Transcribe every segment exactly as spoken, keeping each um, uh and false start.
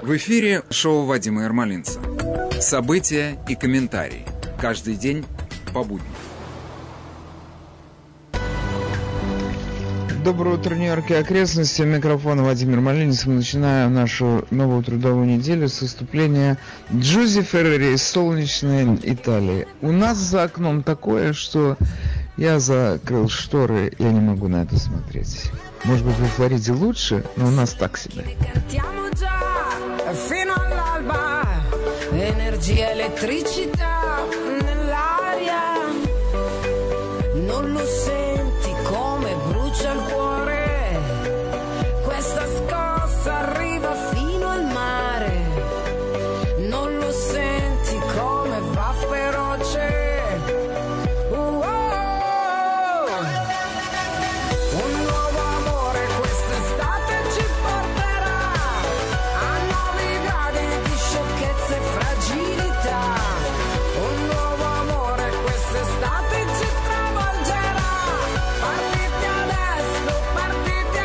В эфире шоу Вадима Ермолинца. События и комментарии. Каждый день по будням. Доброе утро, Нью-Йорк и окрестности. Микрофон Вадим Ермолинец. Мы начинаем нашу новую трудовую неделю с выступления Джузи Феррери из солнечной Италии. У нас за окном такое, что я закрыл шторы, я не могу на это смотреть. Может быть, во Флориде лучше, но у нас так себе. Fino all'alba, energia, elettricità nell'aria, non lo senti come brucia il cuore, questa scossa arriva fino al mare, non lo senti come va feroce, uh-oh. Un nuovo amore quest'estate ci porterà a nuovi gradi di sciocchezza e fragilità. Un nuovo amore quest'estate ci travolgerà. Partite adesso, partite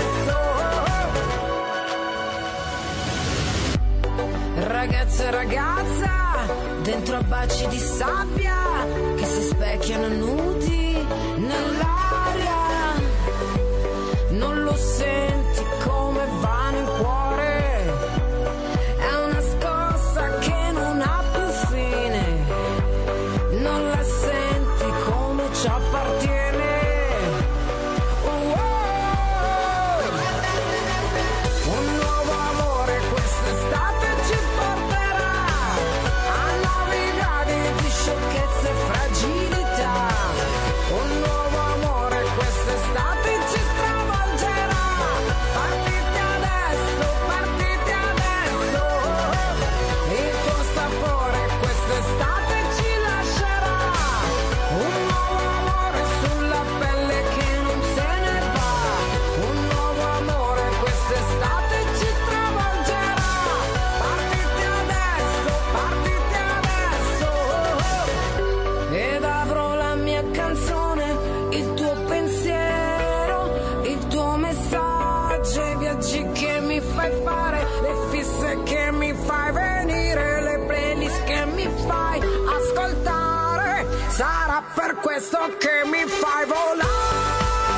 adesso. Ragazza e ragazza, dentro a baci di sabbia che si specchiano nudi nell'aria. Non lo senti come va nel cuore, è una scossa che non ha più fine, non la senti come ci appartiene. Oh, oh. Un nuovo amore quest'estate ci porterà a nuovi gradi di sciocchezza e fragilità. Un nuovo amore quest'estate ci travolgerà. Partite adesso, partite adesso. Il tuo sapore quest'estate ci lascerà. Un nuovo amore sulla pelle che non se ne va. Un nuovo amore quest'estate ci travolgerà. Partite adesso, partite adesso. Ed avrò la mia canzone, il tuo pensiero, il tuo messaggio, i viaggi che mi fai fare, le fisse che mi fai venire, le playlist che mi fai ascoltare. Sarà per questo che mi fai volare.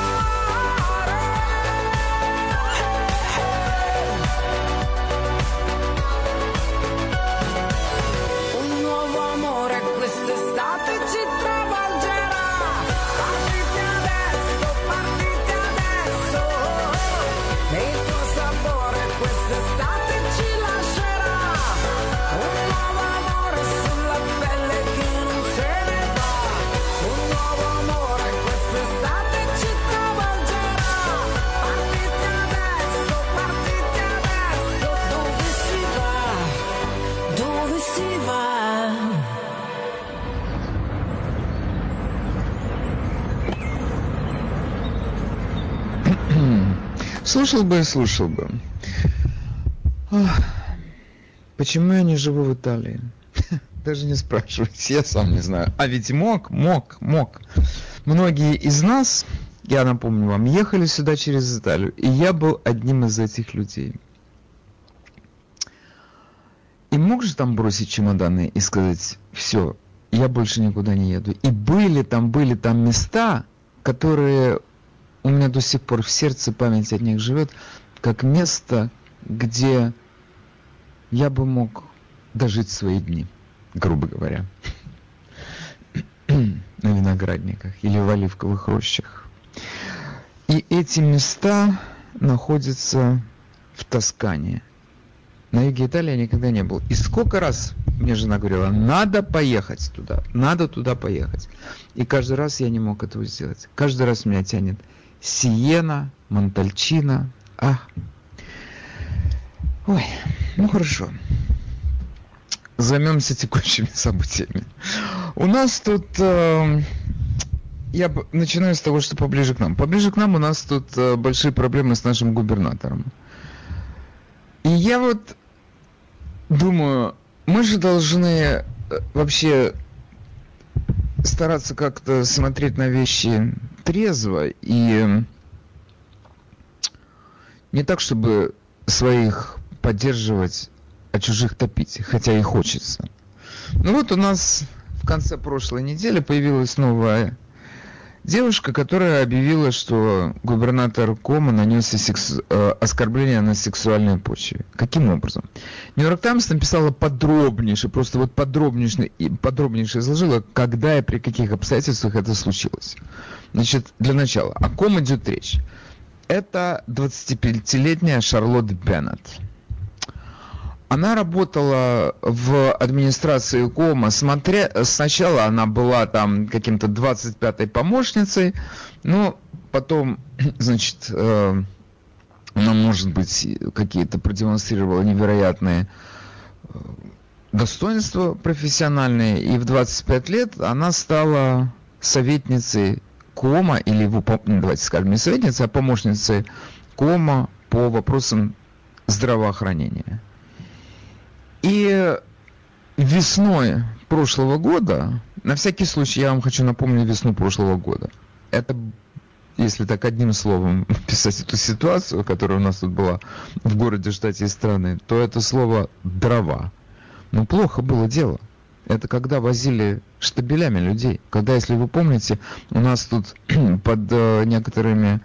Un nuovo amore quest'estate ci travolgerà. Partite adesso, partite adesso. E il tuo sapore quest'estate ci lascerà. Un nuovo amore sulla pelle che non se ne va. Un nuovo amore quest'estate ci travolgerà. Partite adesso, partite adesso. Dove si va? Dove si va? Слушал бы и слушал бы. Ах, почему я не живу в Италии? Даже не спрашивайте, я сам не знаю. А ведь мог, мог, мог. Многие из нас, я напомню вам, ехали сюда через Италию, и я был одним из этих людей. И мог же там бросить чемоданы и сказать: все, я больше никуда не еду. И были там, были там места, которые у меня до сих пор в сердце, память от них живет, как место, где я бы мог дожить свои дни, грубо говоря, на виноградниках или в оливковых рощах. И эти места находятся в Тоскане. На юге Италии я никогда не был. И сколько раз мне жена говорила: надо поехать туда, надо туда поехать. И каждый раз я не мог этого сделать. Каждый раз меня тянет Сиена, Монтальчино. А. Ой, ну хорошо. Займемся текущими событиями. У нас тут... Э, я начинаю с того, что поближе к нам. Поближе к нам у нас тут э, большие проблемы с нашим губернатором. И я вот думаю, мы же должны вообще стараться как-то смотреть на вещи трезво и не так, чтобы своих поддерживать, а чужих топить, хотя и хочется. Ну вот у нас в конце прошлой недели появилась новая девушка, которая объявила, что губернатор Комо нанес секс... э, оскорбление на сексуальной почве. Каким образом? Нью-Йорк Таймс написала подробнейше, просто вот подробнейше, подробнейше изложила, когда и при каких обстоятельствах это случилось. Значит, для начала, о ком идет речь? Это двадцатипятилетняя Шарлотт Беннет. Она работала в администрации Комо. Смотря... Сначала она была там каким-то двадцать пятой помощницей, но потом, значит, э, она, может быть, какие-то продемонстрировала невероятные достоинства профессиональные, и в двадцать пять лет она стала советницей Комо, или, давайте скажем, не советницей, а помощницей Комо по вопросам здравоохранения. И весной прошлого года, на всякий случай я вам хочу напомнить весну прошлого года, это, если так одним словом писать эту ситуацию, которая у нас тут была в городе, штате и страны, то это слово «дрова». Ну, плохо было дело. Это когда возили штабелями людей. Когда, если вы помните, у нас тут под э, некоторыми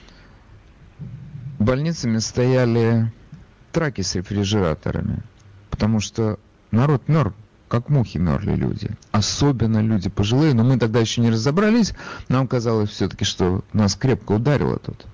больницами стояли траки с рефрижераторами. Потому что народ мертв, как мухи мерли люди. Особенно люди пожилые, но мы тогда еще не разобрались. Нам казалось все-таки, что нас крепко ударило тут.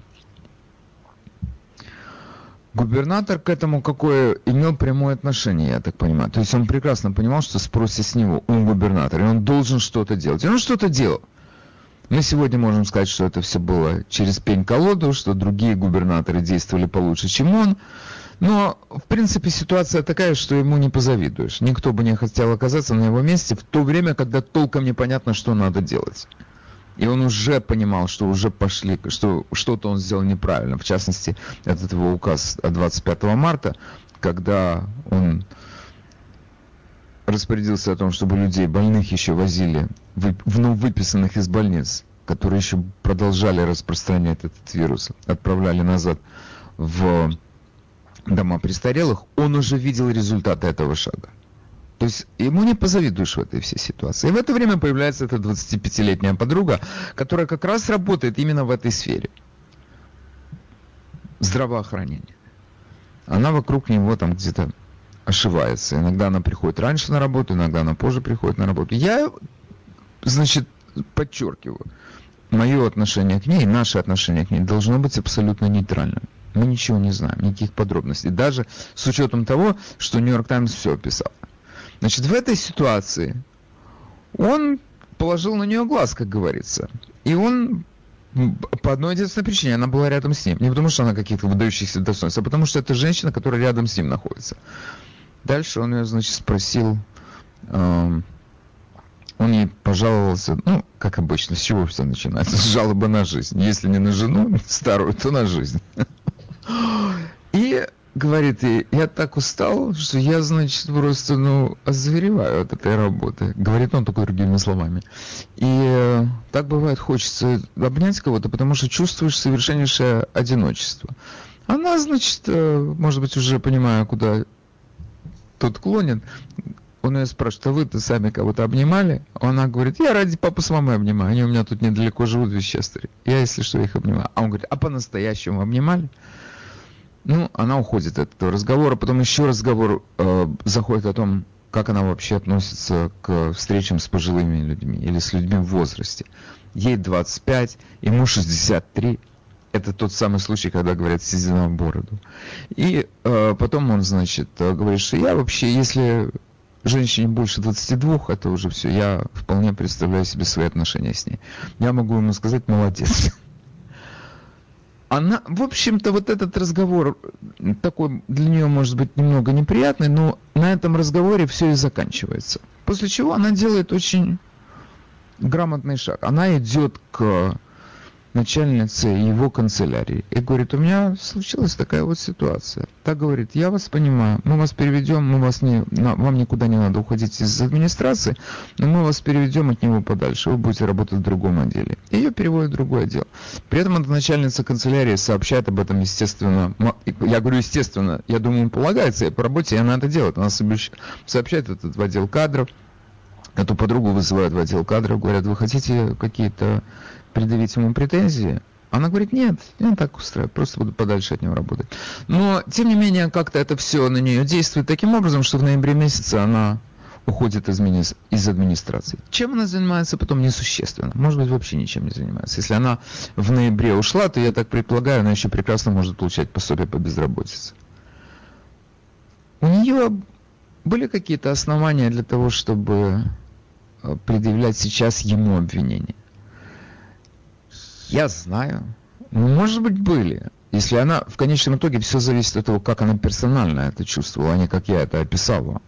Губернатор к этому какое имел прямое отношение, я так понимаю. То есть он прекрасно понимал, что спросят с него, он губернатор, и он должен что-то делать. И он что-то делал. Мы сегодня можем сказать, что это все было через пень-колоду, что другие губернаторы действовали получше, чем он. Но, в принципе, ситуация такая, что ему не позавидуешь. Никто бы не хотел оказаться на его месте в то время, когда толком непонятно, что надо делать. И он уже понимал, что уже пошли, что что-то он сделал неправильно. В частности, этот его указ от двадцать пятого марта, когда он распорядился о том, чтобы людей больных еще возили, вновь выписанных из больниц, которые еще продолжали распространять этот вирус, отправляли назад в дома престарелых, он уже видел результаты этого шага. То есть ему не позавидуешь в этой всей ситуации. И в это время появляется эта двадцатипятилетняя подруга, которая как раз работает именно в этой сфере. Здравоохранение. Она вокруг него там где-то ошивается. Иногда она приходит раньше на работу, иногда она позже приходит на работу. Я, значит, подчеркиваю, мое отношение к ней, наше отношение к ней должно быть абсолютно нейтральным. Мы ничего не знаем, никаких подробностей. Даже с учетом того, что Нью-Йорк Таймс все описал. Значит, в этой ситуации он положил на нее глаз, как говорится. И он по одной единственной причине, она была рядом с ним. Не потому, что она каких-то выдающихся достоинств, а потому, что это женщина, которая рядом с ним находится. Дальше он ее, значит, спросил, э, он ей пожаловался, ну, как обычно, с чего все начинается? С жалобы на жизнь. Если не на жену старую, то на жизнь. И говорит ей, я так устал, что я, значит, просто, ну, озвереваю от этой работы. Говорит он только другими словами. И э, так бывает, хочется обнять кого-то, потому что чувствуешь совершеннейшее одиночество. Она, значит, э, может быть, уже понимая, куда тот клонит, он ее спрашивает, а вы-то сами кого-то обнимали? Она говорит, я ради папы с мамой обнимаю, они у меня тут недалеко живут в Вестчестере. Я, если что, их обнимаю. А он говорит, а по-настоящему обнимали? Ну, она уходит от этого разговора, потом еще разговор э, заходит о том, как она вообще относится к встречам с пожилыми людьми или с людьми в возрасте. Ей двадцать пять, ему шестьдесят три. Это тот самый случай, когда говорят «седина в бороду». И э, потом он, значит, говорит, что я вообще, если женщине больше двадцати двух, это уже все, я вполне представляю себе свои отношения с ней. Я могу ему сказать «молодец». Она, в общем-то, вот этот разговор такой для нее, может быть, немного неприятный, но на этом разговоре все и заканчивается. После чего она делает очень грамотный шаг. Она идет к начальницей его канцелярии и говорит: у меня случилась такая вот ситуация. Так говорит: я вас понимаю, мы вас переведем, мы вас не, на, вам никуда не надо уходить из администрации, но мы вас переведем от него подальше, вы будете работать в другом отделе. Ее переводят в другой отдел. При этом эта начальница канцелярии сообщает об этом, естественно, я говорю естественно, я думаю, полагается ей по работе, и она это делает, она сообщает это в отдел кадров, эту подругу вызывают в отдел кадров, говорят: вы хотите какие-то предъявить ему претензии? Она говорит: нет, я так устраиваю, просто буду подальше от него работать. Но, тем не менее, как-то это все на нее действует таким образом, что в ноябре месяце она уходит из, мини... из администрации. Чем она занимается потом, несущественно. Может быть, вообще ничем не занимается. Если она в ноябре ушла, то, я так предполагаю, она еще прекрасно может получать пособие по безработице. У нее были какие-то основания для того, чтобы предъявлять сейчас ему обвинения? Я знаю. Ну, может быть, были. Если она, в конечном итоге, все зависит от того, как она персонально это чувствовала, а не как я это описал.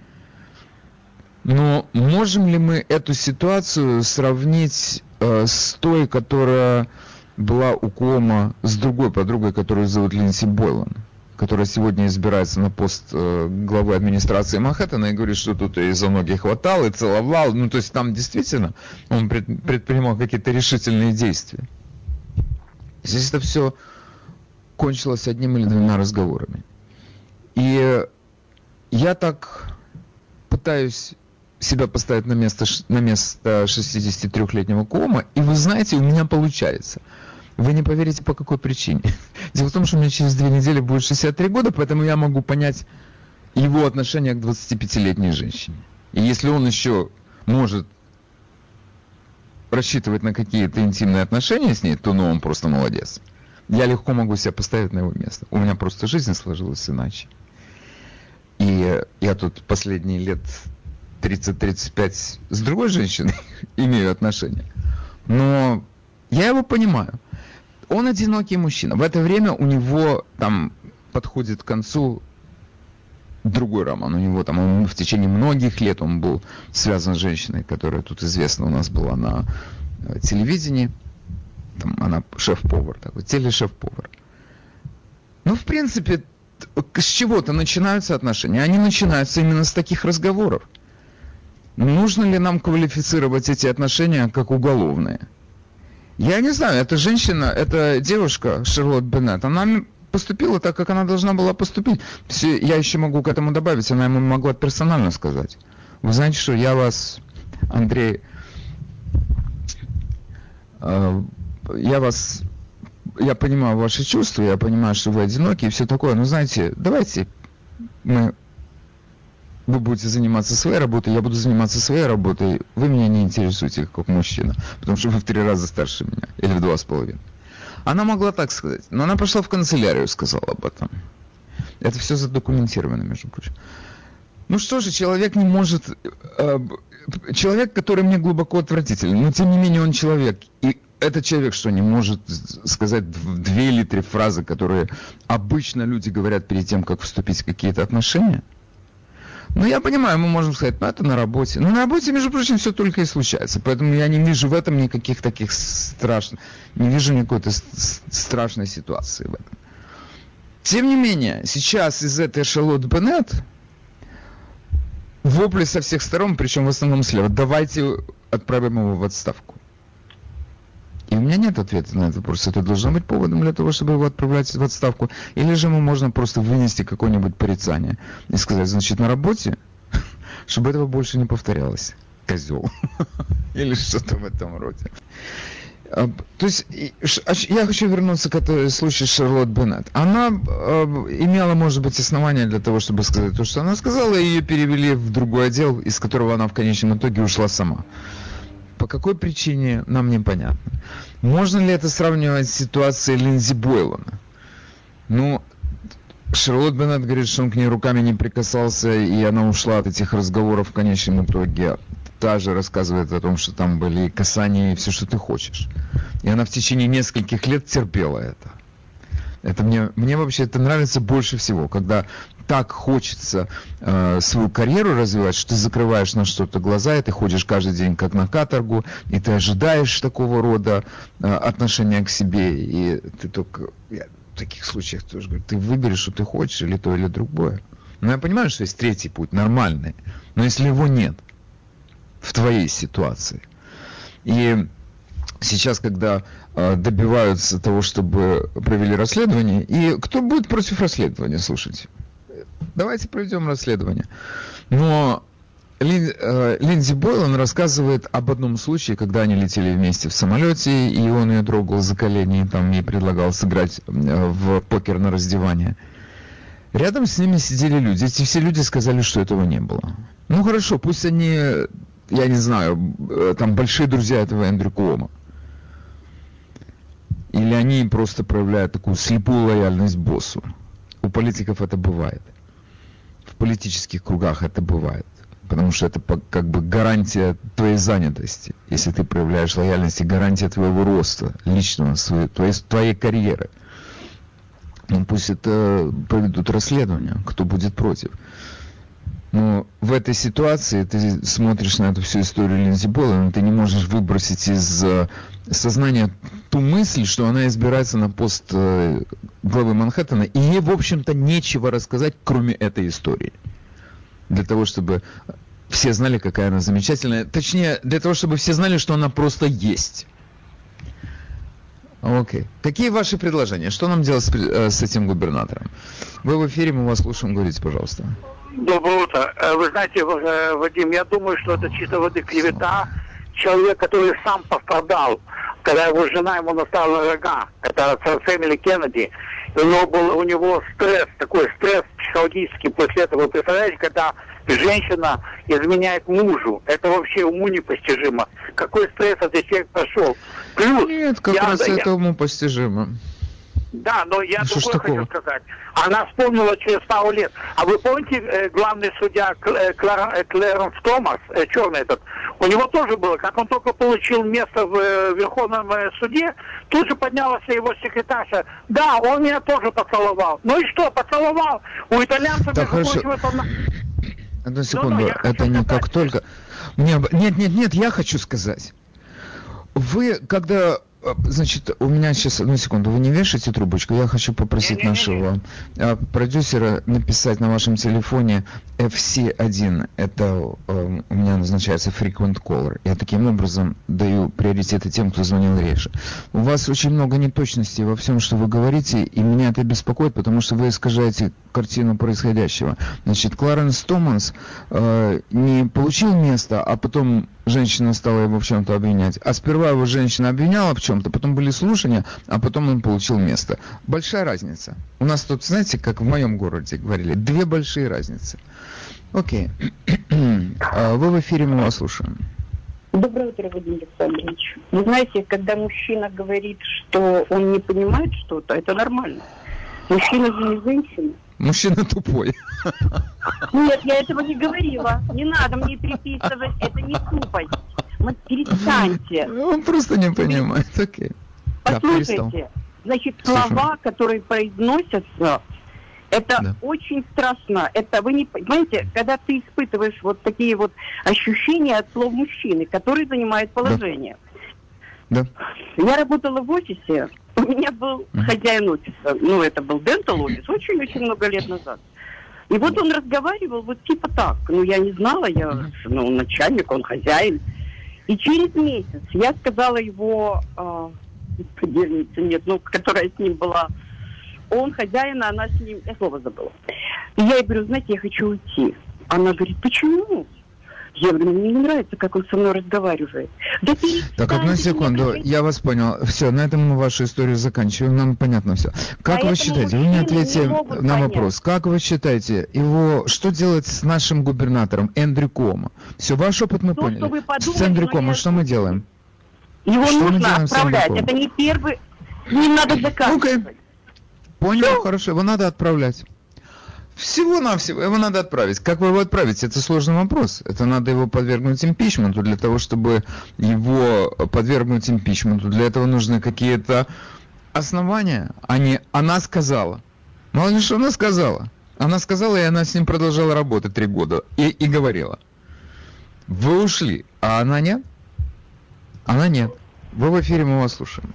Но можем ли мы эту ситуацию сравнить э, с той, которая была у Куомо с другой подругой, которую зовут Линдси Бойлан, которая сегодня избирается на пост э, главы администрации Манхэттена и говорит, что тут и за ноги хватал, и целовал. Ну, то есть там действительно он пред, предпринимал какие-то решительные действия. Здесь это все кончилось одним или двумя разговорами. И я так пытаюсь себя поставить на место, на место шестидесятитрёхлетнего Куомо, и вы знаете, у меня получается. Вы не поверите, по какой причине. Дело в том, что у меня через две недели будет шестьдесят три года, поэтому я могу понять его отношение к двадцатипятилетней женщине. И если он еще может рассчитывать на какие-то интимные отношения с ней, то ну, он просто молодец. Я легко могу себя поставить на его место. У меня просто жизнь сложилась иначе. И я тут последние лет тридцать-тридцать пять с другой женщиной имею отношения. Но я его понимаю. Он одинокий мужчина. В это время у него там подходит к концу другой роман. У него там он, в течение многих лет он был связан с женщиной, которая тут известна у нас была на телевидении. Там она шеф-повар такой, телешеф-повар. Ну, в принципе, с чего-то начинаются отношения. Они начинаются именно с таких разговоров. Нужно ли нам квалифицировать эти отношения как уголовные? Я не знаю, эта женщина, эта девушка, Шарлотт Беннет, она поступила так, как она должна была поступить. Я еще могу к этому добавить, она ему могла персонально сказать: вы знаете что, я вас, Андрей, э, я вас, я понимаю ваши чувства, я понимаю, что вы одиноки и все такое, но знаете, давайте мы... Вы будете заниматься своей работой, я буду заниматься своей работой. Вы меня не интересуете как мужчина, потому что вы в три раза старше меня, или в два с половиной. Она могла так сказать, но она пошла в канцелярию и сказала об этом. Это все задокументировано, между прочим. Ну что же, человек не может... Э, человек, который мне глубоко отвратителен, но тем не менее он человек. И этот человек что, не может сказать две или три фразы, которые обычно люди говорят перед тем, как вступить в какие-то отношения? Ну, я понимаю, мы можем сказать, ну, это на работе. Но на работе, между прочим, все только и случается. Поэтому я не вижу в этом никаких таких страшных... Не вижу никакой страшной ситуации в этом. Тем не менее, сейчас из этой Шарлотт Беннет вопли со всех сторон, причем в основном слева: давайте отправим его в отставку. И у меня нет ответа на этот вопрос. Это должно быть поводом для того, чтобы его отправлять в отставку. Или же ему можно просто вынести какое-нибудь порицание и сказать, значит, на работе, чтобы этого больше не повторялось. Козел. Или что-то в этом роде. То есть, я хочу вернуться к этому случаю с Шарлотт Беннет. Она имела, может быть, основания для того, чтобы сказать то, что она сказала, и ее перевели в другой отдел, из которого она в конечном итоге ушла сама. По какой причине, нам непонятно. Можно ли это сравнивать с ситуацией Линдси Бойлан? Ну, Шарлотт Беннет говорит, что он к ней руками не прикасался, и она ушла от этих разговоров в конечном итоге. Та же рассказывает о том, что там были касания и все, что ты хочешь. И она в течение нескольких лет терпела это. Это мне, мне вообще это нравится больше всего, когда так хочется э, свою карьеру развивать, что ты закрываешь на что-то глаза, и ты ходишь каждый день как на каторгу, и ты ожидаешь такого рода э, отношения к себе, и ты только... Я в таких случаях тоже говорю, ты выберешь, что ты хочешь, или то, или другое. Но я понимаю, что есть третий путь, нормальный, но если его нет в твоей ситуации, и сейчас, когда э, добиваются того, чтобы провели расследование, и кто будет против расследования, слушайте? Давайте проведем расследование. Но Лин, э, Линдзи Бойлан рассказывает об одном случае, когда они летели вместе в самолете, и он ее трогал за колени, и там ей предлагал сыграть э, в покер на раздевание. Рядом с ними сидели люди. Эти все люди сказали, что этого не было. Ну хорошо, пусть они, я не знаю, э, там большие друзья этого Эндрю Куомо. Или они просто проявляют такую слепую лояльность боссу. У политиков это бывает. В политических кругах это бывает. Потому что это как бы гарантия твоей занятости. Если ты проявляешь лояльность, и гарантия твоего роста, личного, своей, твоей, твоей карьеры. Ну пусть это проведут расследование, кто будет против. Но в этой ситуации ты смотришь на эту всю историю Линдзи Бойлан, ты не можешь выбросить из сознания ту мысль, что она избирается на пост главы Манхэттена, и ей, в общем-то, нечего рассказать, кроме этой истории. Для того, чтобы все знали, какая она замечательная. Точнее, для того, чтобы все знали, что она просто есть. Окей. Какие ваши предложения? Что нам делать с, с этим губернатором? Вы в эфире, мы вас слушаем. Говорите, пожалуйста. Доброе утро. Вы знаете, Вадим, я думаю, что это чисто воды клевета. Человек, который сам пострадал, когда его жена ему наставила рога. Это Фэмили Кеннеди. У него был у него стресс, такой стресс психологический после этого. Вы представляете, когда женщина изменяет мужу, это вообще уму непостижимо. Какой стресс этот человек прошел. Плюс, Нет, как я, раз я, это уму постижимо. Да, но я Что другое хочу сказать. Она вспомнила через пару лет. А вы помните, э, главный судья Клэр, Клэренс Томас, э, черный этот, у него тоже было, как он только получил место в э, Верховном э, суде, тут же поднялась его секретарша. Да, он меня тоже поцеловал. Ну и что, поцеловал? У итальянцев, Так, между прочим, хорошо. это... Одну секунду, Ну, ну, это не как только... Мне... Нет, нет, нет, я хочу сказать. Вы, когда... Значит, у меня сейчас, одну секунду, вы не вешайте трубочку, я хочу попросить не, не, нашего не, не. продюсера написать на вашем телефоне эф си один, это э, у меня назначается frequent caller. Я таким образом даю приоритеты тем, кто звонил реже. У вас очень много неточностей во всем, что вы говорите, и меня это беспокоит, потому что вы искажаете картину происходящего. Значит, Кларенс Томас э, не получил место, а потом женщина стала его в чем-то обвинять. А сперва его женщина обвиняла в чем-то, потом были слушания, а потом он получил место. Большая разница. У нас тут, знаете, как в моем городе говорили, две большие разницы. Окей. Вы в эфире, мы вас слушаем. Доброе утро, Владимир Александрович. Вы знаете, когда мужчина говорит, что он не понимает что-то, это нормально. Мужчина же не женщина. Мужчина тупой. Нет, я этого не говорила. Не надо мне приписывать. Это не тупость. Вот перестаньте. Он просто не понимает. Окей. Послушайте, да, значит, слова, Слушаем. которые произносятся, это да. очень страшно. Это вы не понимаете, когда ты испытываешь вот такие вот ощущения от слов мужчины, который занимает положение. Да. Я работала в офисе. У меня был mm-hmm. хозяин офиса, ну это был Dental офис, очень-очень много лет назад. И вот он разговаривал вот типа так, ну я не знала, я, mm-hmm. ну начальник, он хозяин. И через месяц я сказала его э, подельнице, нет, ну которая с ним была, он хозяин, а она с ним, я слово забыла. И я ей говорю, знаете, я хочу уйти. Она говорит, почему? Я говорю, мне не нравится, как он со мной разговаривает. Да так, одну секунду, я вас понял. Все, на этом мы вашу историю заканчиваем, нам понятно все. Как Поэтому вы считаете, вы мне ответите на понять. вопрос, как вы считаете, его, что делать с нашим губернатором Эндрю Куомо? Все, ваш опыт мы То, поняли. Подумали, с Эндрю Куомо я... что мы делаем? Его что нужно отправлять, это не первый, не надо доказывать. Okay. Понял, что? Хорошо, его надо отправлять. Всего-навсего его надо отправить. Как вы его отправите? Это сложный вопрос. Это надо его подвергнуть импичменту. Для того, чтобы его подвергнуть импичменту, для этого нужны какие-то основания. А не она сказала. Мало ли что она сказала. Она сказала, и она с ним продолжала работать три года. И, и говорила. Вы ушли, а она нет? Она нет. Вы в эфире, мы вас слушаем.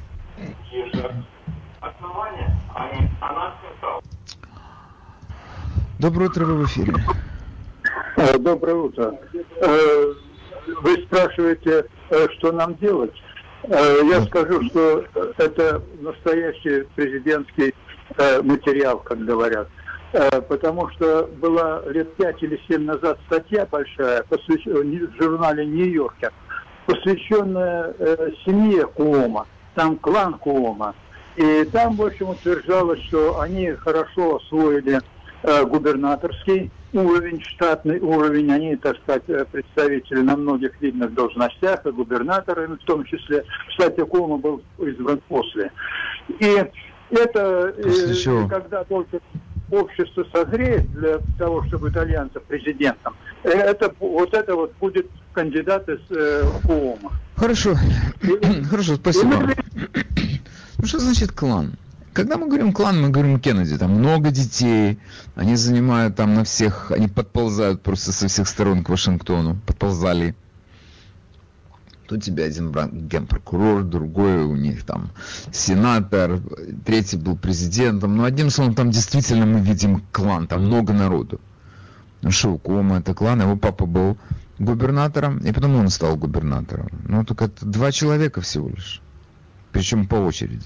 Доброе утро, вы в эфире. Доброе утро. Вы спрашиваете, что нам делать? Я скажу, что это настоящий президентский материал, как говорят. Потому что была лет пять или семь назад статья большая посвящ... в журнале «Нью-Йоркер», посвященная семье Куомо, там клан Куомо. И там, в общем, утверждалось, что они хорошо освоили губернаторский уровень, штатный уровень. Они, так сказать, представители на многих видных должностях, и губернаторы в том числе. Кстати, Куомо был избран после. И это, и, когда только общество созреет для того, чтобы итальянцев президентом, это, вот это вот будет кандидат из э, Куомо. Хорошо. Хорошо, спасибо. Ну, что значит клан? Когда мы говорим клан, мы говорим Кеннеди. Там много детей, они занимают там на всех, они подползают просто со всех сторон к Вашингтону. Подползали. Тут у тебя один брат генпрокурор, другой у них там сенатор, третий был президентом. Но одним словом, там действительно мы видим клан, там много народу. Ну что, у Куомо это клан, его папа был губернатором, и потом он стал губернатором. Ну, только это два человека всего лишь. Причем по очереди.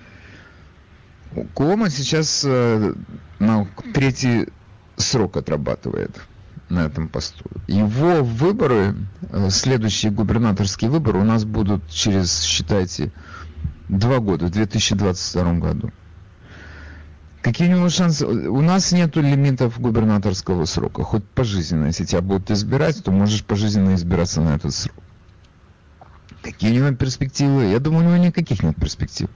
Куомо сейчас э, на третий срок отрабатывает на этом посту. Его выборы, э, следующие губернаторские выборы у нас будут через, считайте, два года, в две тысячи двадцать втором году. Какие у него шансы? У нас нет лимитов губернаторского срока. Хоть пожизненно. Если тебя будут избирать, то можешь пожизненно избираться на этот срок. Какие у него перспективы? Я думаю, у него никаких нет перспектив.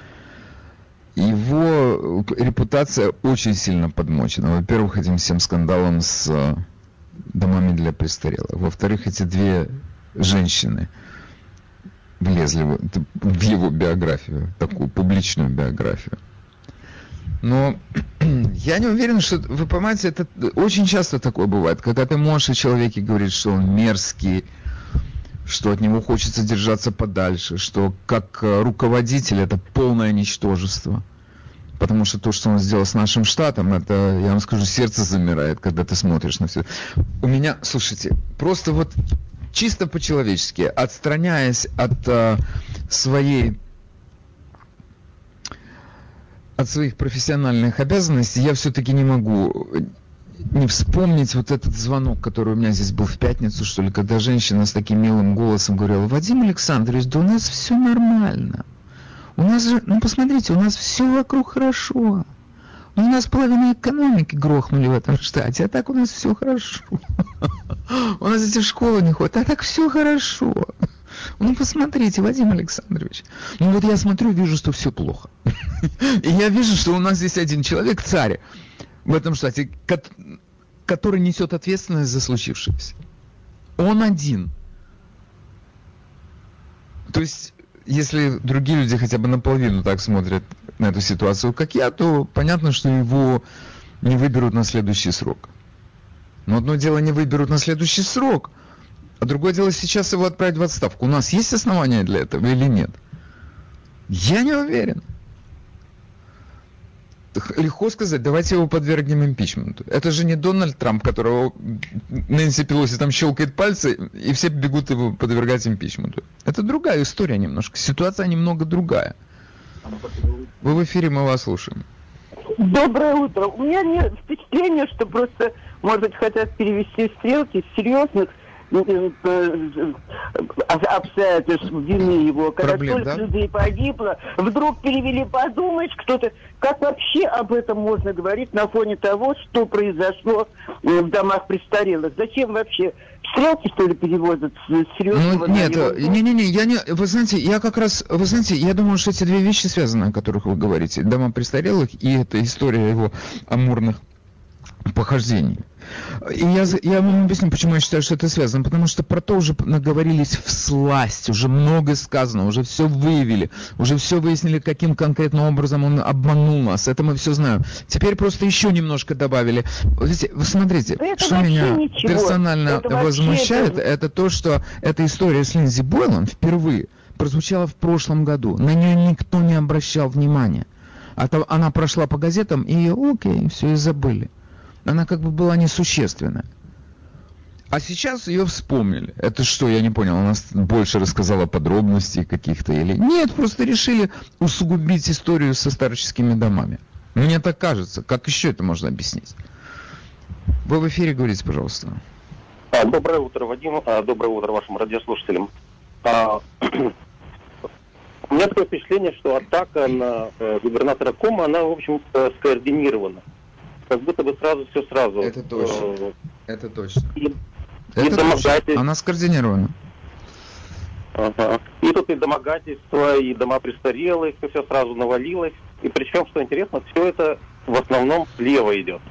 Его репутация очень сильно подмочена. Во-первых, этим всем скандалом с домами для престарелых. Во-вторых, эти две женщины влезли в, в его биографию, такую публичную биографию. Но я не уверен, что... Вы понимаете, это очень часто такое бывает, когда ты можешь о человеке говорить, что он мерзкий, что от него хочется держаться подальше, что как руководитель это полное ничтожество. Потому что то, что он сделал с нашим штатом, это, я вам скажу, сердце замирает, когда ты смотришь на все. У меня, слушайте, просто вот чисто по-человечески, отстраняясь от а, своей... от своих профессиональных обязанностей, я все-таки не могу не вспомнить вот этот звонок, который у меня здесь был в пятницу, что ли, когда женщина с таким милым голосом говорила: Вадим Александрович, да у нас все нормально. У нас же, ну посмотрите, у нас все вокруг хорошо. У нас половину экономики грохнули в этом штате, а так у нас все хорошо. У нас эти в школу не ходят, а так все хорошо. Ну, посмотрите, Вадим Александрович. Ну, вот я смотрю, вижу, что все плохо. И я вижу, что у нас здесь один человек, царь, в этом штате, который несет ответственность за случившееся. Он один. То есть, если другие люди хотя бы наполовину так смотрят на эту ситуацию, как я, то понятно, что его не выберут на следующий срок. Но одно дело не выберут на следующий срок, а другое дело сейчас его отправить в отставку. У нас есть основания для этого или нет? Я не уверен. Легко сказать, давайте его подвергнем импичменту. Это же не Дональд Трамп, которого Нэнси Пелоси там щелкает пальцы, и все бегут его подвергать импичменту. Это другая история немножко. Ситуация немного другая. Вы в эфире, мы вас слушаем. Доброе утро. У меня нет впечатления, что просто, может быть, хотят перевести стрелки с серьезных обстоятельств вины его. Когда Проблем, столько да? людей погибло, вдруг перевели, подумаешь, кто-то... Как вообще об этом можно говорить на фоне того, что произошло в домах престарелых? Зачем вообще? Стрелки, что ли, переводят с серьезного? Ну, нет, не-не-не, я не... Вы знаете, я как раз... Вы знаете, я думаю, что эти две вещи связаны, о которых вы говорите. Дома престарелых и эта история его амурных похождений. И я, я вам объясню, почему я считаю, что это связано. Потому что про то уже наговорились всласть, уже многое сказано, уже все выявили, уже все выяснили, каким конкретным образом он обманул нас. Это мы все знаем. Теперь просто еще немножко добавили. Вы смотрите, да что меня ничего. персонально это возмущает, это... это то, что эта история с Линдзи Бойлан впервые прозвучала в прошлом году. На нее никто не обращал внимания. Она прошла по газетам, и окей, все, и забыли. Она как бы была несущественная. А сейчас ее вспомнили. Это что, я не понял, она больше рассказала подробностей каких-то или... Нет, просто решили усугубить историю со старческими домами. Мне так кажется. Как еще это можно объяснить? Вы в эфире, говорите, пожалуйста. А, доброе утро, Вадим. А, доброе утро вашим радиослушателям. А, у меня такое впечатление, что атака на э, губернатора Кома, она, в общем, э, скоординирована. Как будто бы сразу все сразу. Это точно. Э, Это точно. И, Это и домогательств... Она скоординирована. Ага. И тут и домогательства, и дома престарелых, и все сразу навалилось. И причем, что интересно, все это в основном слева идет.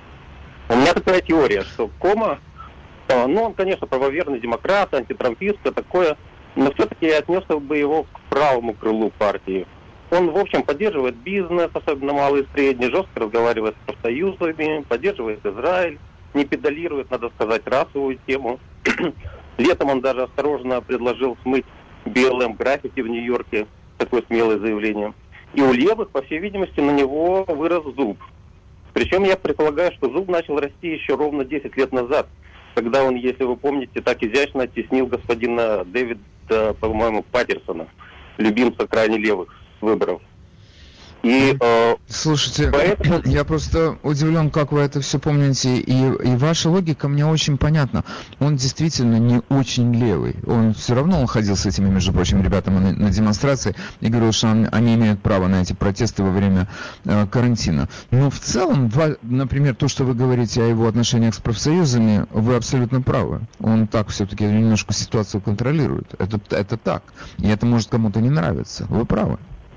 У меня такая теория, что Кома, э, ну, он, конечно, правоверный демократ, антитрампист, и такое, но все-таки я отнесся бы его к правому крылу партии. Он, в общем, поддерживает бизнес, особенно малый и средний, жестко разговаривает с профсоюзами, поддерживает Израиль, не педалирует, надо сказать, расовую тему. Летом он даже осторожно предложил смыть би эл эм граффити в Нью-Йорке. Такое смелое заявление. И у левых, по всей видимости, на него вырос зуб. Причем я предполагаю, что зуб начал расти еще ровно десять лет назад, когда он, если вы помните, так изящно оттеснил господина Дэвида, по-моему, Паттерсона, любимца крайне левых выборов. И, э, Слушайте, поэтому... я просто удивлен, как вы это все помните, и, и ваша логика мне очень понятна. Он действительно не очень левый. Он все равно он ходил с этими, между прочим, ребятами на, на демонстрации и говорил, что он, они имеют право на эти протесты во время э, карантина. Но в целом, ва, например, то, что вы говорите о его отношениях с профсоюзами, вы абсолютно правы. Он так все-таки немножко ситуацию контролирует. Это, это так. И это может кому-то не нравиться. Вы правы.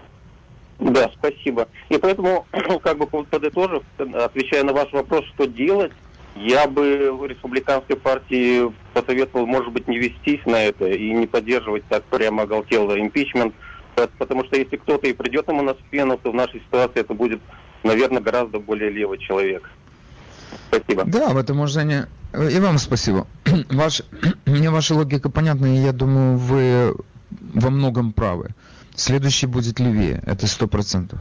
Да, спасибо. И поэтому, как бы подытожив, отвечая на ваш вопрос, что делать, я бы в республиканской партии посоветовал, может быть, не вестись на это и не поддерживать так прямо оголтелый импичмент, потому что если кто-то и придет ему на смену, то в нашей ситуации это будет, наверное, гораздо более левый человек. Спасибо. Да, в этом можно не... И вам спасибо. Ваш... Мне ваша логика понятна, и я думаю, вы во многом правы. Следующий будет левее, это сто процентов.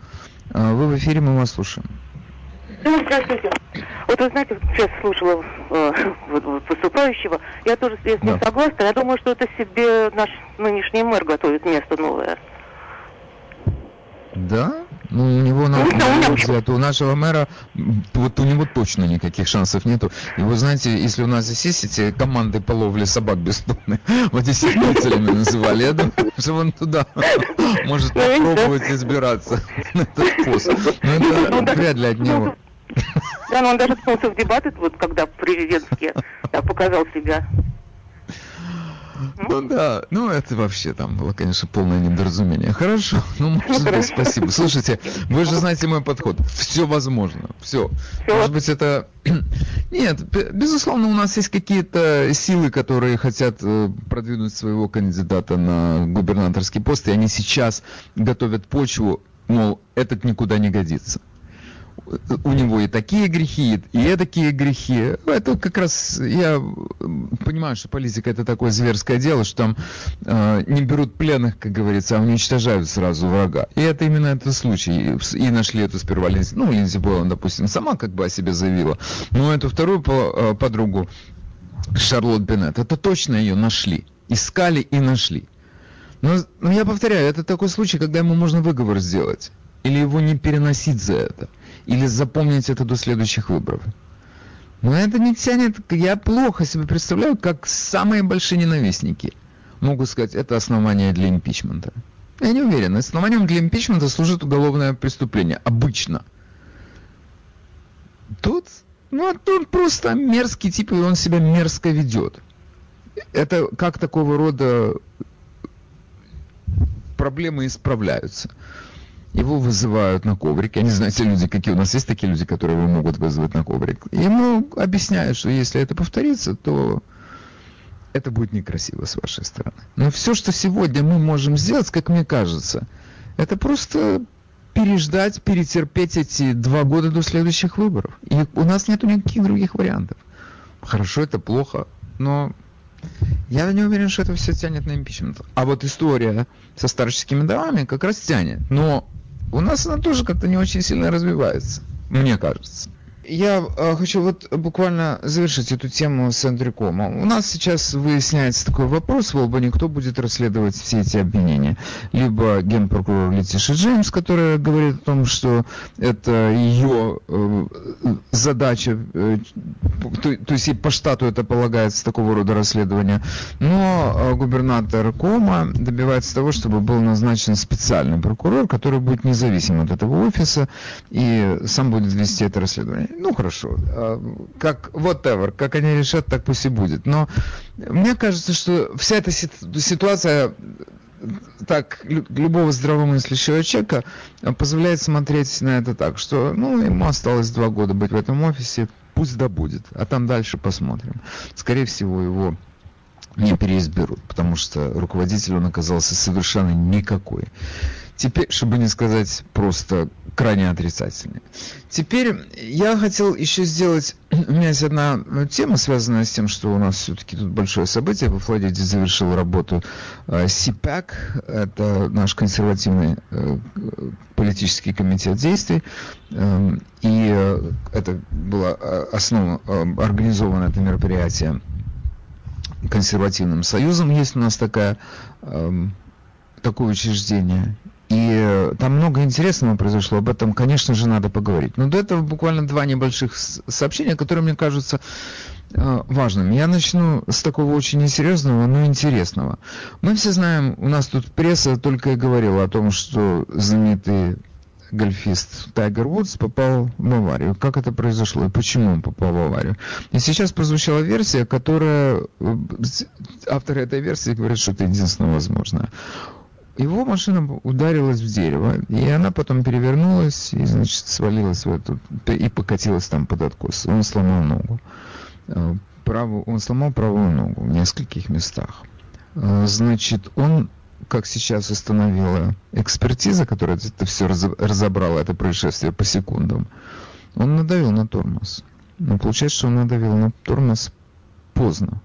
Вы в эфире, мы вас слушаем. Ну, здравствуйте. Вот вы знаете, сейчас слушала э, выступающего, я тоже с ним да. согласна. Я думаю, что это себе наш нынешний мэр готовит место новое. Да? Ну, у него, на мой взгляд, у нашего мэра, вот у него точно никаких шансов нету. И вы знаете, если у нас здесь есть эти команды по ловле собак бесстомных, вот эти сигнациями называли, я думаю, что он туда может попробовать избираться на этот пост. Но это вряд ли от него. Да, но он даже ткнулся в дебаты, вот когда президентские, да, показал себя. Ну да, ну это вообще там было, конечно, полное недоразумение. Хорошо, ну может быть, спасибо. Слушайте, вы же знаете мой подход. Все возможно, все. Может быть, это... Нет, безусловно, у нас есть какие-то силы, которые хотят продвинуть своего кандидата на губернаторский пост, и они сейчас готовят почву, мол, этот никуда не годится. У него и такие грехи, и такие грехи. Это как раз, я понимаю, что политика это такое зверское дело, что там э, не берут пленных, как говорится, а уничтожают сразу врага. И это именно этот случай. И нашли эту сперва Линдзи, ну, Линдзи Бойлан, допустим, сама как бы о себе заявила. Но эту вторую по, подругу, Шарлотт Беннет, это точно ее нашли. Искали и нашли. Но, но я повторяю, это такой случай, когда ему можно выговор сделать. Или его не переносить за это. Или запомнить это до следующих выборов. Но это не тянет... Я плохо себе представляю, как самые большие ненавистники могут сказать, это основание для импичмента. Я не уверен. Основанием для импичмента служит уголовное преступление. Обычно. Тут... Ну, он просто мерзкий тип, и он себя мерзко ведет. Это как такого рода проблемы исправляются. Его вызывают на коврик. Я не знаю, те люди, какие у нас есть такие люди, которые его могут вызвать на коврик. Ему объясняют, что если это повторится, то это будет некрасиво с вашей стороны. Но все, что сегодня мы можем сделать, как мне кажется, это просто переждать, перетерпеть эти два года до следующих выборов. И у нас нет никаких других вариантов. Хорошо, это плохо, но я не уверен, что это все тянет на импичмент. А вот история со старческими домами как раз тянет. Но у нас она тоже как-то не очень сильно развивается, мне кажется. Я э, хочу вот буквально завершить эту тему с Эндрикомом. У нас сейчас выясняется такой вопрос в Олбани, кто будет расследовать все эти обвинения. Либо генпрокурор Летиша Джеймс, которая говорит о том, что это ее э, задача, э, то, то есть и по штату это полагается такого рода расследование. Но э, губернатор Кома добивается того, чтобы был назначен специальный прокурор, который будет независим от этого офиса и сам будет вести это расследование. Ну, хорошо. Как, whatever, как они решат, так пусть и будет. Но мне кажется, что вся эта ситуация, так, любого здравомыслящего человека позволяет смотреть на это так, что, ну, ему осталось два года быть в этом офисе, пусть да будет, а там дальше посмотрим. Скорее всего, его не переизберут, потому что руководитель он оказался совершенно никакой. Теперь, чтобы не сказать просто крайне отрицательный. Теперь я хотел еще сделать... У меня есть одна тема, связанная с тем, что у нас все-таки тут большое событие. Во Флориде завершил работу си пэк. Это наш консервативный политический комитет действий. И это было основано, организовано это мероприятие консервативным союзом. Есть у нас такая, такое учреждение. И там много интересного произошло, об этом, конечно же, надо поговорить. Но до этого буквально два небольших сообщения, которые мне кажутся э, важными. Я начну с такого очень несерьезного, но интересного. Мы все знаем, у нас тут пресса только и говорила о том, что знаменитый гольфист Тайгер Вудс попал в аварию. Как это произошло и почему он попал в аварию? И сейчас прозвучала версия, которая... Авторы этой версии говорят, что это единственное возможное. Его машина ударилась в дерево, и она потом перевернулась и, значит, свалилась в эту, и покатилась там под откос. Он сломал ногу. Правую, он сломал правую ногу в нескольких местах. Значит, он, как сейчас установила экспертиза, которая это все разобрала, это происшествие по секундам, он надавил на тормоз. Но получается, что он надавил на тормоз поздно.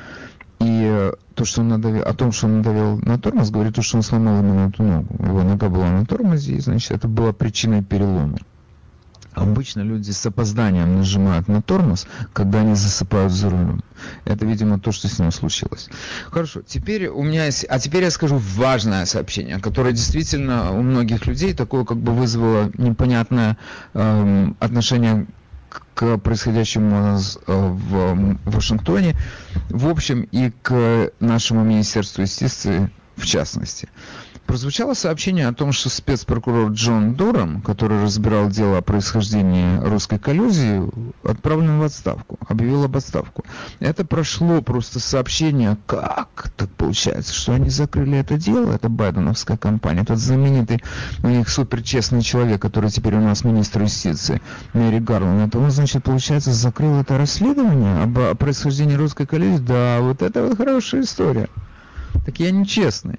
И то, что он надавил, о том, что он надавил на тормоз, говорит то, что он сломал именно эту ногу. Его нога была на тормозе, и, значит, это была причиной перелома. Обычно люди с опозданием нажимают на тормоз, когда они засыпают за рулем. Это, видимо, то, что с ним случилось. Хорошо, теперь у меня есть... А теперь я скажу важное сообщение, которое действительно у многих людей такое как бы вызвало непонятное эм, отношение к происходящему у нас в Вашингтоне, в общем, и к нашему Министерству юстиции в частности. Прозвучало сообщение о том, что спецпрокурор Джон Доран, который разбирал дело о происхождении русской коллюзии, отправлен в отставку, объявил об отставку. Это прошло просто сообщение, как так получается, что они закрыли это дело, это байденовская компания, этот знаменитый у них суперчестный человек, который теперь у нас министр юстиции, Мэри Гарланд, это он, значит, получается, закрыл это расследование об происхождении русской коллюзии. Да, вот это вот хорошая история. Такие они честные.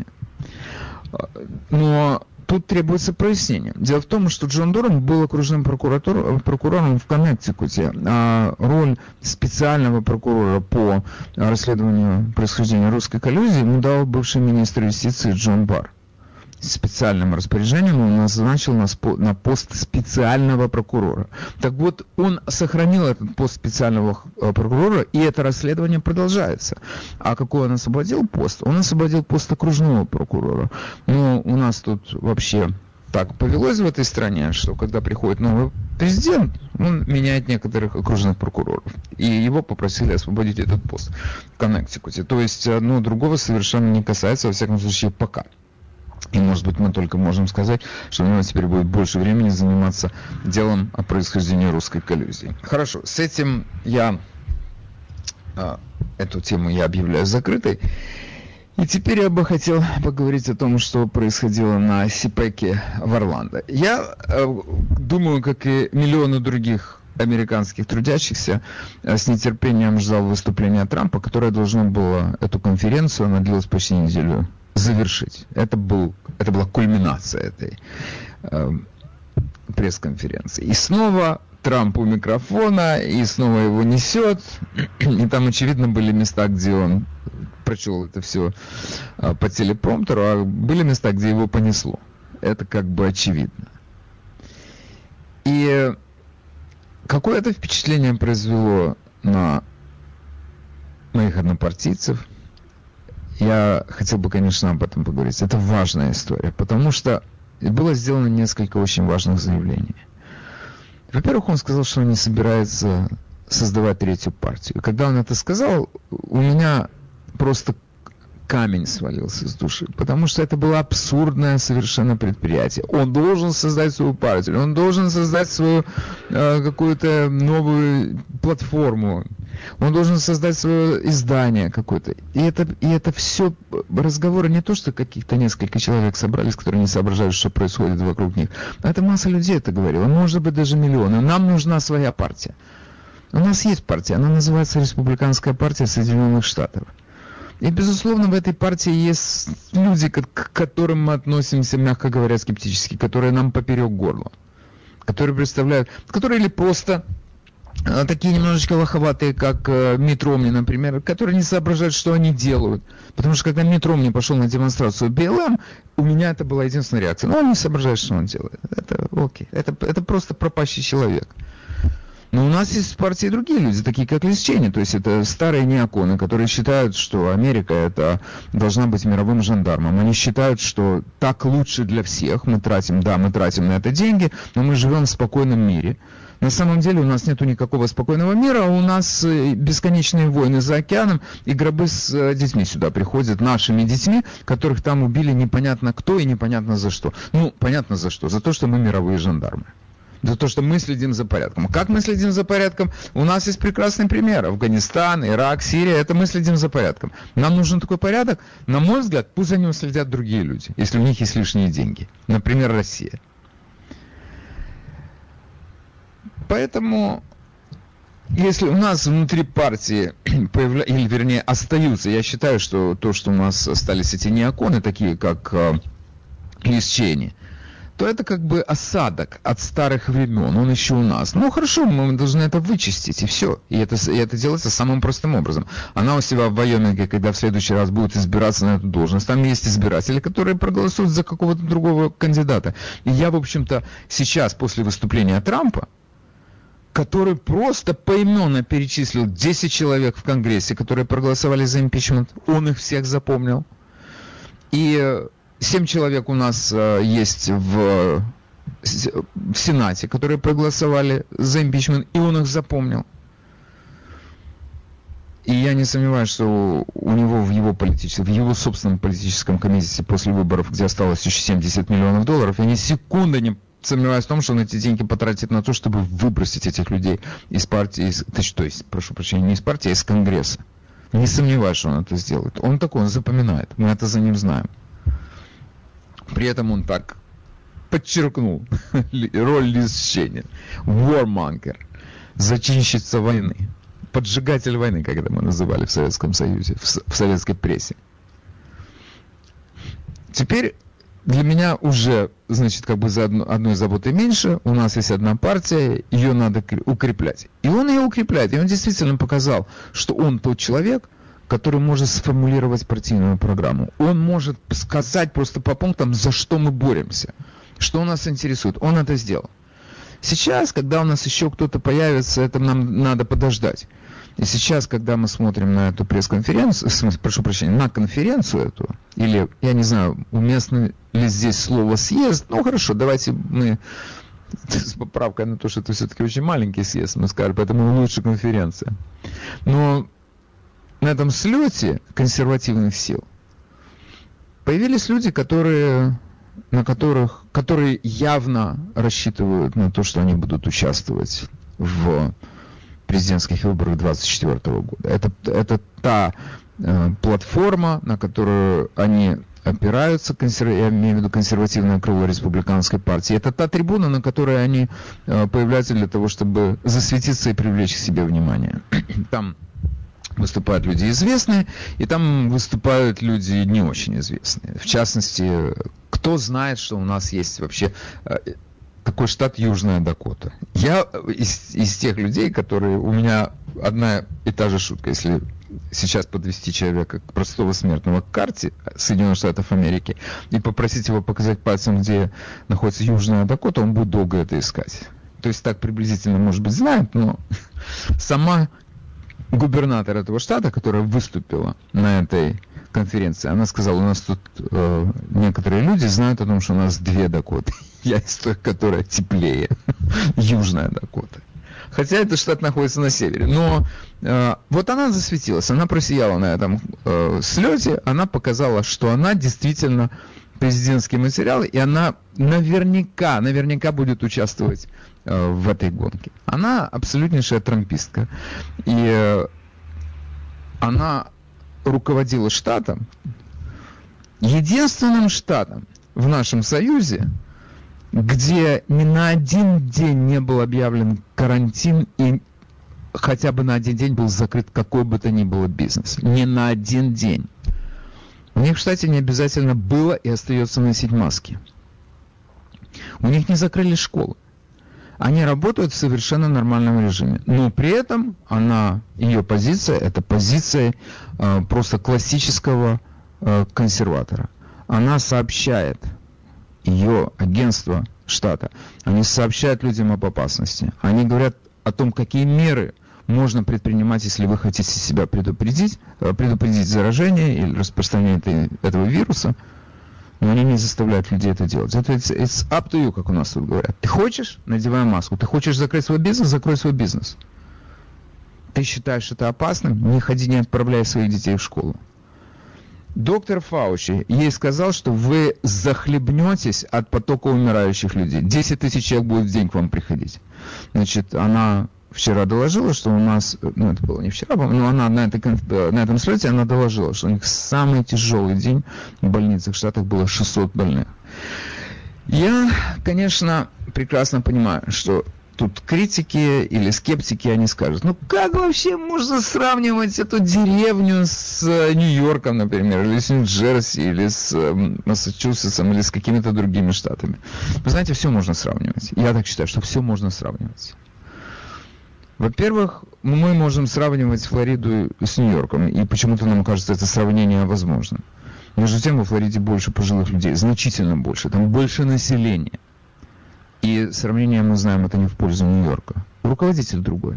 Но тут требуется прояснение. Дело в том, что Джон Доран был окружным прокурором в Коннектикуте, а роль специального прокурора по расследованию происхождения русской коллюзии ему дал бывший министр юстиции Джон Барр. Специальным распоряжением он назначил на пост специального прокурора. Так вот, он сохранил этот пост специального прокурора, и это расследование продолжается. А какой он освободил пост? Он освободил пост окружного прокурора. Но у нас тут вообще так повелось в этой стране, что когда приходит новый президент, он меняет некоторых окружных прокуроров. И его попросили освободить этот пост в Коннектикуте. То есть одно другого совершенно не касается, во всяком случае, пока. И, может быть, мы только можем сказать, что у него теперь будет больше времени заниматься делом о происхождении русской коллюзии. Хорошо, с этим я... А, эту тему я объявляю закрытой. И теперь я бы хотел поговорить о том, что происходило на СИПЭКе в Орландо. Я э, думаю, как и миллионы других американских трудящихся, э, с нетерпением ждал выступления Трампа, которое должно было эту конференцию, она длилась почти неделю, завершить. Это, был, это была кульминация этой э, пресс-конференции. И снова Трамп у микрофона, и снова его несет, и там, очевидно, были места, где он прочел это все а, по телепромптеру, а были места, где его понесло. Это как бы очевидно. И какое это впечатление произвело на моих однопартийцев, я хотел бы, конечно, об этом поговорить. Это важная история, потому что было сделано несколько очень важных заявлений. Во-первых, он сказал, что он не собирается создавать третью партию. И когда он это сказал, у меня просто камень свалился с души, потому что это было абсурдное совершенно предприятие. Он должен создать свою партию, он должен создать свою э, какую-то новую платформу, он должен создать свое издание какое-то. И это, и это все разговоры не то, что каких-то несколько человек собрались, которые не соображают, что происходит вокруг них. А это масса людей это говорила, может быть даже миллионы. Нам нужна своя партия. У нас есть партия, она называется Республиканская партия Соединенных Штатов. И, безусловно, в этой партии есть люди, к которым мы относимся, мягко говоря, скептически, которые нам поперек горла, которые представляют, которые или просто э, такие немножечко лоховатые, как э, Митт Ромни, например, которые не соображают, что они делают. Потому что когда Митт Ромни пошел на демонстрацию би эл эм, у меня это была единственная реакция. Ну, он не соображает, что он делает. Это окей. Это, это просто пропащий человек. Но у нас есть в партии другие люди, такие как Лиз Чейни, то есть это старые неоконы, которые считают, что Америка это должна быть мировым жандармом. Они считают, что так лучше для всех, мы тратим, да, мы тратим на это деньги, но мы живем в спокойном мире. На самом деле у нас нет никакого спокойного мира, а у нас бесконечные войны за океаном, и гробы с детьми сюда приходят, нашими детьми, которых там убили непонятно кто и непонятно за что. Ну, понятно за что, за то, что мы мировые жандармы. За то, что мы следим за порядком. Как мы следим за порядком? У нас есть прекрасный пример. Афганистан, Ирак, Сирия. Это мы следим за порядком. Нам нужен такой порядок. На мой взгляд, пусть за него следят другие люди, если у них есть лишние деньги. Например, Россия. Поэтому, если у нас внутри партии появля... или, вернее, остаются, я считаю, что то, что у нас остались эти неоконы, такие как э, Лиз Чейни, то это как бы осадок от старых времен, он еще у нас. Ну хорошо, мы должны это вычистить, и все. И это, и это делается самым простым образом. Она у себя в Вайоминге, когда в следующий раз будет избираться на эту должность, там есть избиратели, которые проголосуют за какого-то другого кандидата. И я, в общем-то, сейчас, после выступления Трампа, который просто поименно перечислил десять человек в Конгрессе, которые проголосовали за импичмент, он их всех запомнил. И семь человек у нас э, есть в, в Сенате, которые проголосовали за импичмент, и он их запомнил. И я не сомневаюсь, что у него в его, политическом, в его собственном политическом комитете после выборов, где осталось еще семьдесят миллионов долларов, я ни секунды не сомневаюсь в том, что он эти деньги потратит на то, чтобы выбросить этих людей из партии, из, то есть, прошу прощения, не из партии, а из Конгресса. Не сомневаюсь, что он это сделает. Он такой, он запоминает. Мы это за ним знаем. При этом он так подчеркнул роль Лиз Чейни. Warmonger. Зачинщица войны. Поджигатель войны, как это мы называли в Советском Союзе, в советской прессе. Теперь для меня уже, значит, как бы за одно, одной заботой меньше. У нас есть одна партия, ее надо укреплять. И он ее укрепляет. И он действительно показал, что он тот человек, который может сформулировать партийную программу. Он может сказать просто по пунктам, за что мы боремся, что нас интересует. Он это сделал. Сейчас, когда у нас еще кто-то появится, это нам надо подождать. И сейчас, когда мы смотрим на эту пресс-конференцию, в смысле, прошу прощения, на конференцию эту, или, я не знаю, уместно ли здесь слово «съезд», ну хорошо, давайте мы с поправкой на то, что это все-таки очень маленький съезд, мы скажем, поэтому лучше конференция. Но на этом слете консервативных сил появились люди, которые, на которых, которые явно рассчитывают на то, что они будут участвовать в президентских выборах двадцать четвёртого года. Это, это та э, платформа, на которую они опираются, консерв... я имею в виду консервативное крыло республиканской партии. Это та трибуна, на которой они э, появляются для того, чтобы засветиться и привлечь к себе внимание. Там выступают люди известные, и там выступают люди не очень известные. В частности, кто знает, что у нас есть вообще э, такой штат Южная Дакота. Я из, из тех людей, которые... У меня одна и та же шутка, если сейчас подвести человека, простого смертного, к карте Соединенных Штатов Америки и попросить его показать пальцем, где находится Южная Дакота, он будет долго это искать. То есть так приблизительно, может быть, знает, но сама губернатор этого штата, которая выступила на этой конференции, она сказала, у нас тут э, некоторые люди знают о том, что у нас две Дакоты. Я из той, которая теплее. Южная Дакота. Хотя этот штат находится на севере. Но э, вот она засветилась, она просияла на этом э, слете, она показала, что она действительно президентский материал, и она наверняка, наверняка будет участвовать э, в этой гонке. Она абсолютнейшая трампистка. И э, она руководила штатом, единственным штатом в нашем Союзе, где ни на один день не был объявлен карантин и хотя бы на один день был закрыт какой бы то ни было бизнес. Ни на один день. У них в штате не обязательно было и остается носить маски. У них не закрыли школы. Они работают в совершенно нормальном режиме. Но при этом она, ее позиция, это позиция э, просто классического э, консерватора. Она сообщает, ее агентство штата, они сообщают людям об опасности. Они говорят о том, какие меры можно предпринимать, если вы хотите себя предупредить, предупредить заражение или распространение этой, этого вируса. Но они не заставляют людей это делать. Это it's, it's up to you, как у нас тут говорят. Ты хочешь, надевай маску. Ты хочешь закрыть свой бизнес, закрой свой бизнес. Ты считаешь это опасным, не ходи, не отправляй своих детей в школу. Доктор Фаучи ей сказал, что вы захлебнетесь от потока умирающих людей. десять тысяч человек будет в день к вам приходить. Значит, она вчера доложила, что у нас, ну это было не вчера, но она на, этой, на этом слете она доложила, что у них самый тяжелый день в больницах в Штатах было шестьсот больных. Я, конечно, прекрасно понимаю, что тут критики или скептики, они скажут, ну как вообще можно сравнивать эту деревню с Нью-Йорком, например, или с Нью-Джерси, или с Массачусетсом, или с какими-то другими штатами. Вы знаете, все можно сравнивать. Я так считаю, что все можно сравнивать. Во-первых, мы можем сравнивать Флориду с Нью-Йорком, и почему-то нам кажется это сравнение возможным. Между тем, во Флориде больше пожилых людей, значительно больше, там больше населения. И сравнение, мы знаем, это не в пользу Нью-Йорка. Руководитель другой.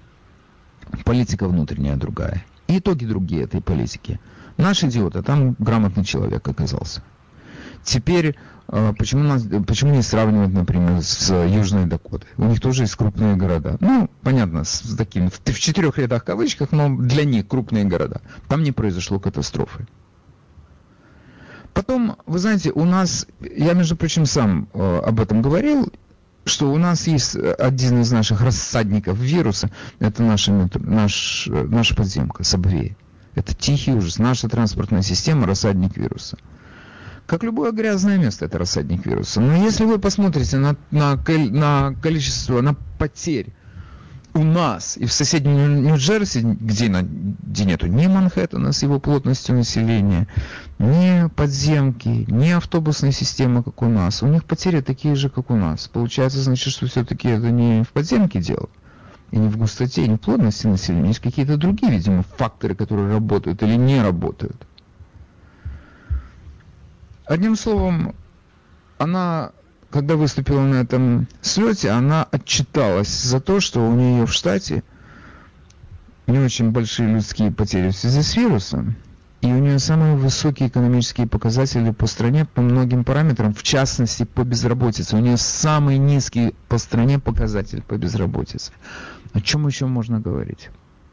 Политика внутренняя другая. И итоги другие этой политики. Наш идиот, а там грамотный человек оказался. Теперь, почему, нас, почему не сравнивать, например, с Южной Дакотой? У них тоже есть крупные города. Ну, понятно, с такими, в, в четырех рядах кавычках, но для них крупные города. Там не произошло катастрофы. Потом, вы знаете, у нас, я, между прочим, сам э, об этом говорил, что у нас есть один из наших рассадников вируса, это наша, наш, наша подземка, Сабвей. Это тихий ужас. Наша транспортная система – рассадник вируса. Как любое грязное место, это рассадник вируса. Но если вы посмотрите на, на, на количество, на потерь у нас и в соседнем Нью-Джерси, где, на, где нету ни Манхэттена с его плотностью населения, ни подземки, ни автобусной системы, как у нас. У них потери такие же, как у нас. Получается, значит, что все-таки это не в подземке дело, и не в густоте, и не в плотности населения. Есть какие-то другие, видимо, факторы, которые работают или не работают. Одним словом, она, когда выступила на этом слете, она отчиталась за то, что у нее в штате не очень большие людские потери в связи с вирусом, и у нее самые высокие экономические показатели по стране по многим параметрам, в частности по безработице. У нее самый низкий по стране показатель по безработице. О чем еще можно говорить?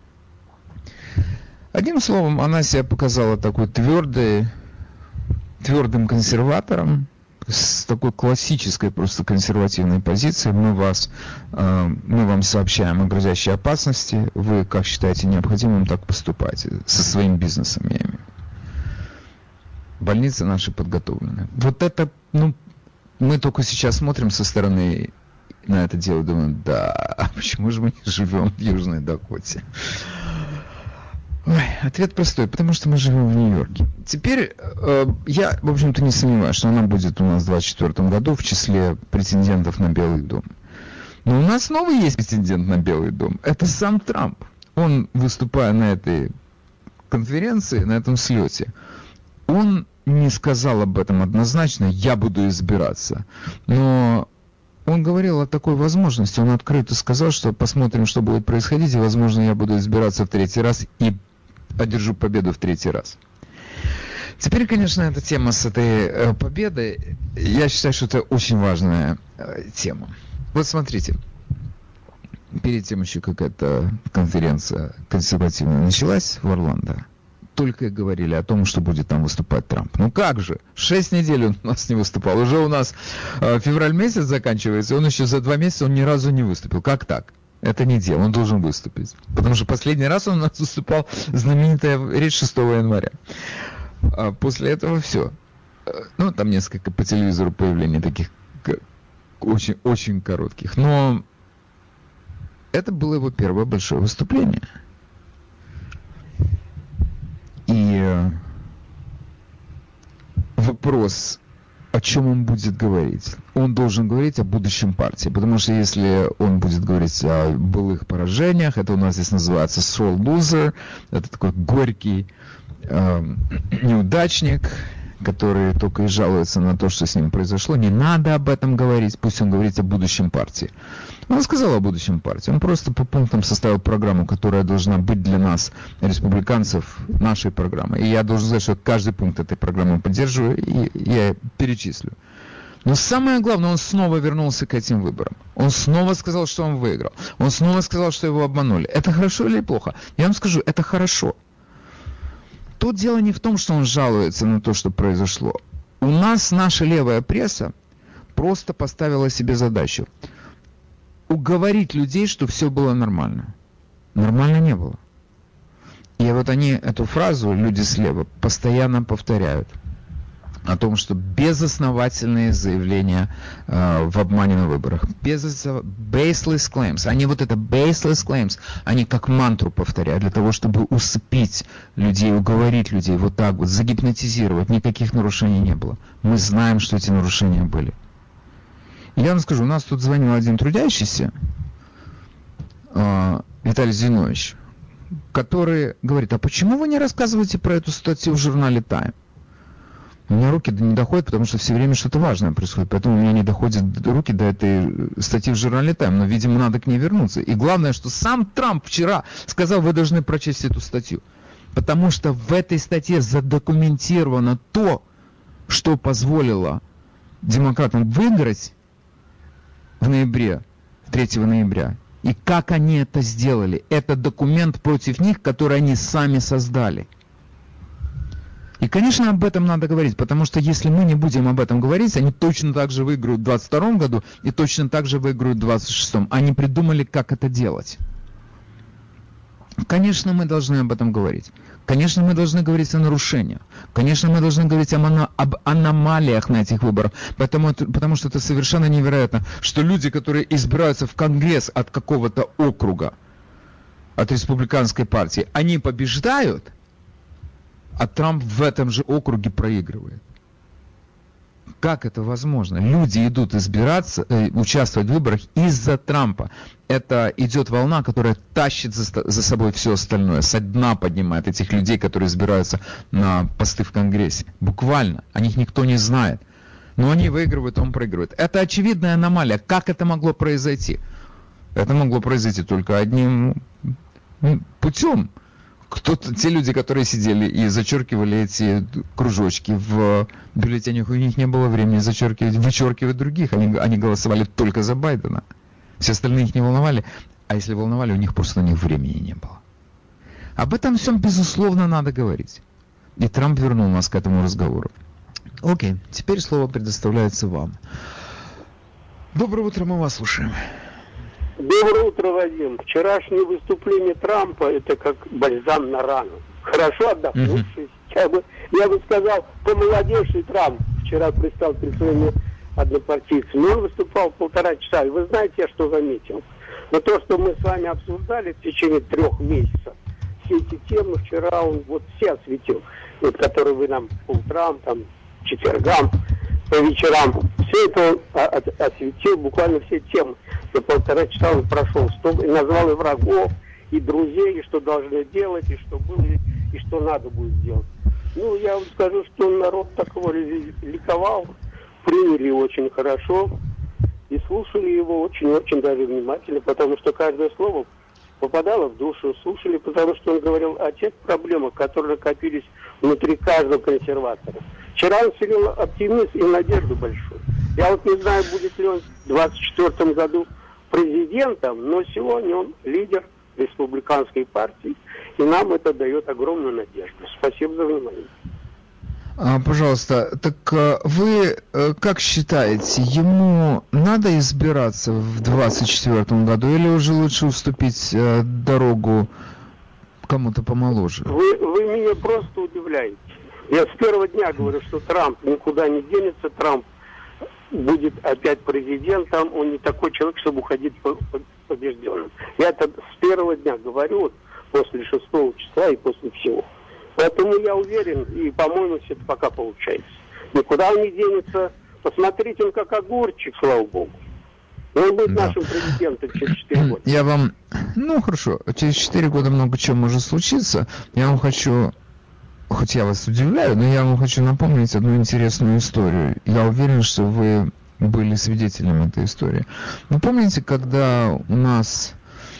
Одним словом, она себя показала такой твердой, твердым консерватором, с такой классической просто консервативной позиции. Мы вас, э, мы вам сообщаем о грозящей опасности. Вы, как считаете необходимым, так поступайте. Со своим бизнесом, я имею в виду. Больницы наши подготовлены. Вот это, ну, мы только сейчас смотрим со стороны на это дело, думаем, да, а почему же мы не живем в Южной Дакоте? Ой, ответ простой, потому что мы живем в Нью-Йорке. Теперь э, я, в общем-то, не сомневаюсь, что она будет у нас в двадцать четвёртом году в числе претендентов на Белый дом. Но у нас снова есть претендент на Белый дом. Это сам Трамп. Он, выступая на этой конференции, на этом слете, он не сказал об этом однозначно, я буду избираться. Но он говорил о такой возможности. Он открыто сказал, что посмотрим, что будет происходить, и, возможно, я буду избираться в третий раз и одержу победу в третий раз. Теперь, конечно, эта тема с этой э, победой, я считаю, что это очень важная э, тема. Вот смотрите, перед тем еще как эта конференция консервативная началась в Орландо, только говорили о том, что будет там выступать Трамп. Ну как же? Шесть недель он у нас не выступал. Уже у нас э, февраль месяц заканчивается, он еще за два месяца он ни разу не выступил. Как так? Это не дело, он должен выступить. Потому что последний раз он у нас выступал, знаменитая речь шестого января. А после этого все. Ну, там несколько по телевизору появлений таких очень, очень коротких. Но это было его первое большое выступление. И вопрос, о чем он будет говорить? Он должен говорить о будущем партии, потому что если он будет говорить о былых поражениях, это у нас здесь называется sore loser, это такой горький э, неудачник, который только и жалуется на то, что с ним произошло. Не надо об этом говорить, пусть он говорит о будущем партии. Он сказал о будущем партии, он просто по пунктам составил программу, которая должна быть для нас, республиканцев, нашей программой. И я должен сказать, что каждый пункт этой программы поддерживаю, и я перечислю. Но самое главное, он снова вернулся к этим выборам. Он снова сказал, что он выиграл. Он снова сказал, что его обманули. Это хорошо или плохо? Я вам скажу, это хорошо. Тут дело не в том, что он жалуется на то, что произошло. У нас наша левая пресса просто поставила себе задачу уговорить людей, что все было нормально. Нормально не было. И вот они эту фразу, люди слева, постоянно повторяют. О том, что безосновательные заявления э, в обмане на выборах. Безоснов... Baseless claims. Они вот это baseless claims, они как мантру повторяют, для того, чтобы усыпить людей, уговорить людей, вот так вот, загипнотизировать. Никаких нарушений не было. Мы знаем, что эти нарушения были. Я вам скажу, у нас тут звонил один трудящийся, э, Виталий Зинович, который говорит, а почему вы не рассказываете про эту статью в журнале Time? У меня руки не доходят, потому что все время что-то важное происходит, поэтому у меня не доходят руки до этой статьи в журнале Time, но, видимо, надо к ней вернуться. И главное, что сам Трамп вчера сказал, вы должны прочесть эту статью, потому что в этой статье задокументировано то, что позволило демократам выиграть в ноябре, третьего ноября, и как они это сделали. Это документ против них, который они сами создали. И, конечно, об этом надо говорить, потому что если мы не будем об этом говорить, они точно так же выиграют в двадцать втором году и точно так же выиграют в двадцать шестом. Они придумали, как это делать. Конечно, мы должны об этом говорить. Конечно, мы должны говорить о нарушениях. Конечно, мы должны говорить об, об аномалиях на этих выборах. Потому, потому что это совершенно невероятно, что люди, которые избираются в Конгресс от какого-то округа, от республиканской партии, они побеждают, а Трамп в этом же округе проигрывает. Как это возможно? Люди идут избираться, э, участвовать в выборах из-за Трампа. Это идет волна, которая тащит за, за собой все остальное. Со дна поднимает этих людей, которые избираются на посты в Конгрессе. Буквально. О них никто не знает. Но они выигрывают, он проигрывает. Это очевидная аномалия. Как это могло произойти? Это могло произойти только одним путем. Кто-то, те люди, которые сидели и зачеркивали эти кружочки в бюллетенях, у них не было времени зачеркивать, вычеркивать других. Они, они голосовали только за Байдена. Все остальные их не волновали. А если волновали, у них просто на них времени не было. Об этом всем, безусловно, надо говорить. И Трамп вернул нас к этому разговору. Окей, теперь слово предоставляется вам. Доброе утро, мы вас слушаем. Доброе утро, Вадим. Вчерашнее выступление Трампа – это как бальзам на рану. Хорошо отдохнувший, mm-hmm. я, бы, я бы сказал, помолодевший Трамп вчера пристал перед своими однопартийцами. Он выступал полтора часа. И вы знаете, я что заметил? Но то, что мы с вами обсуждали в течение трех месяцев, все эти темы вчера он вот все осветил, вот, которые вы нам по утрам, там, четвергам, по вечерам. Все это он осветил, буквально все темы. За полтора часа он прошел стоп и назвал и врагов, и друзей, и что должны делать, и что было, и что надо будет делать. Ну, я вам скажу, что народ такого ликовал, приняли очень хорошо и слушали его очень-очень даже внимательно, потому что каждое слово попадало в душу, слушали, потому что он говорил о тех проблемах, которые накопились внутри каждого консерватора. Вчера он вселил оптимизм и надежду большую. Я вот не знаю, будет ли он в двадцать четвёртом году президентом, но сегодня он лидер республиканской партии, и нам это дает огромную надежду. Спасибо за внимание. А, пожалуйста, так вы как считаете, ему надо избираться в двадцать четвёртом году или уже лучше уступить дорогу кому-то помоложе? Вы, вы меня просто удивляете. Я с первого дня говорю, что Трамп никуда не денется, Трамп будет опять президентом, он не такой человек, чтобы уходить побежденным. Я это с первого дня говорю, вот, после шестого числа и после всего. Поэтому я уверен, и, по-моему, все это пока получается. Никуда он не денется. Посмотрите, он как огурчик, слава богу. Он будет да. нашим президентом через четыре года. Я вам... Ну, хорошо. Через четыре года много чего может случиться. Я вам хочу... Хоть я вас удивляю, но я вам хочу напомнить одну интересную историю. Я уверен, что вы были свидетелем этой истории. Вы помните, когда у нас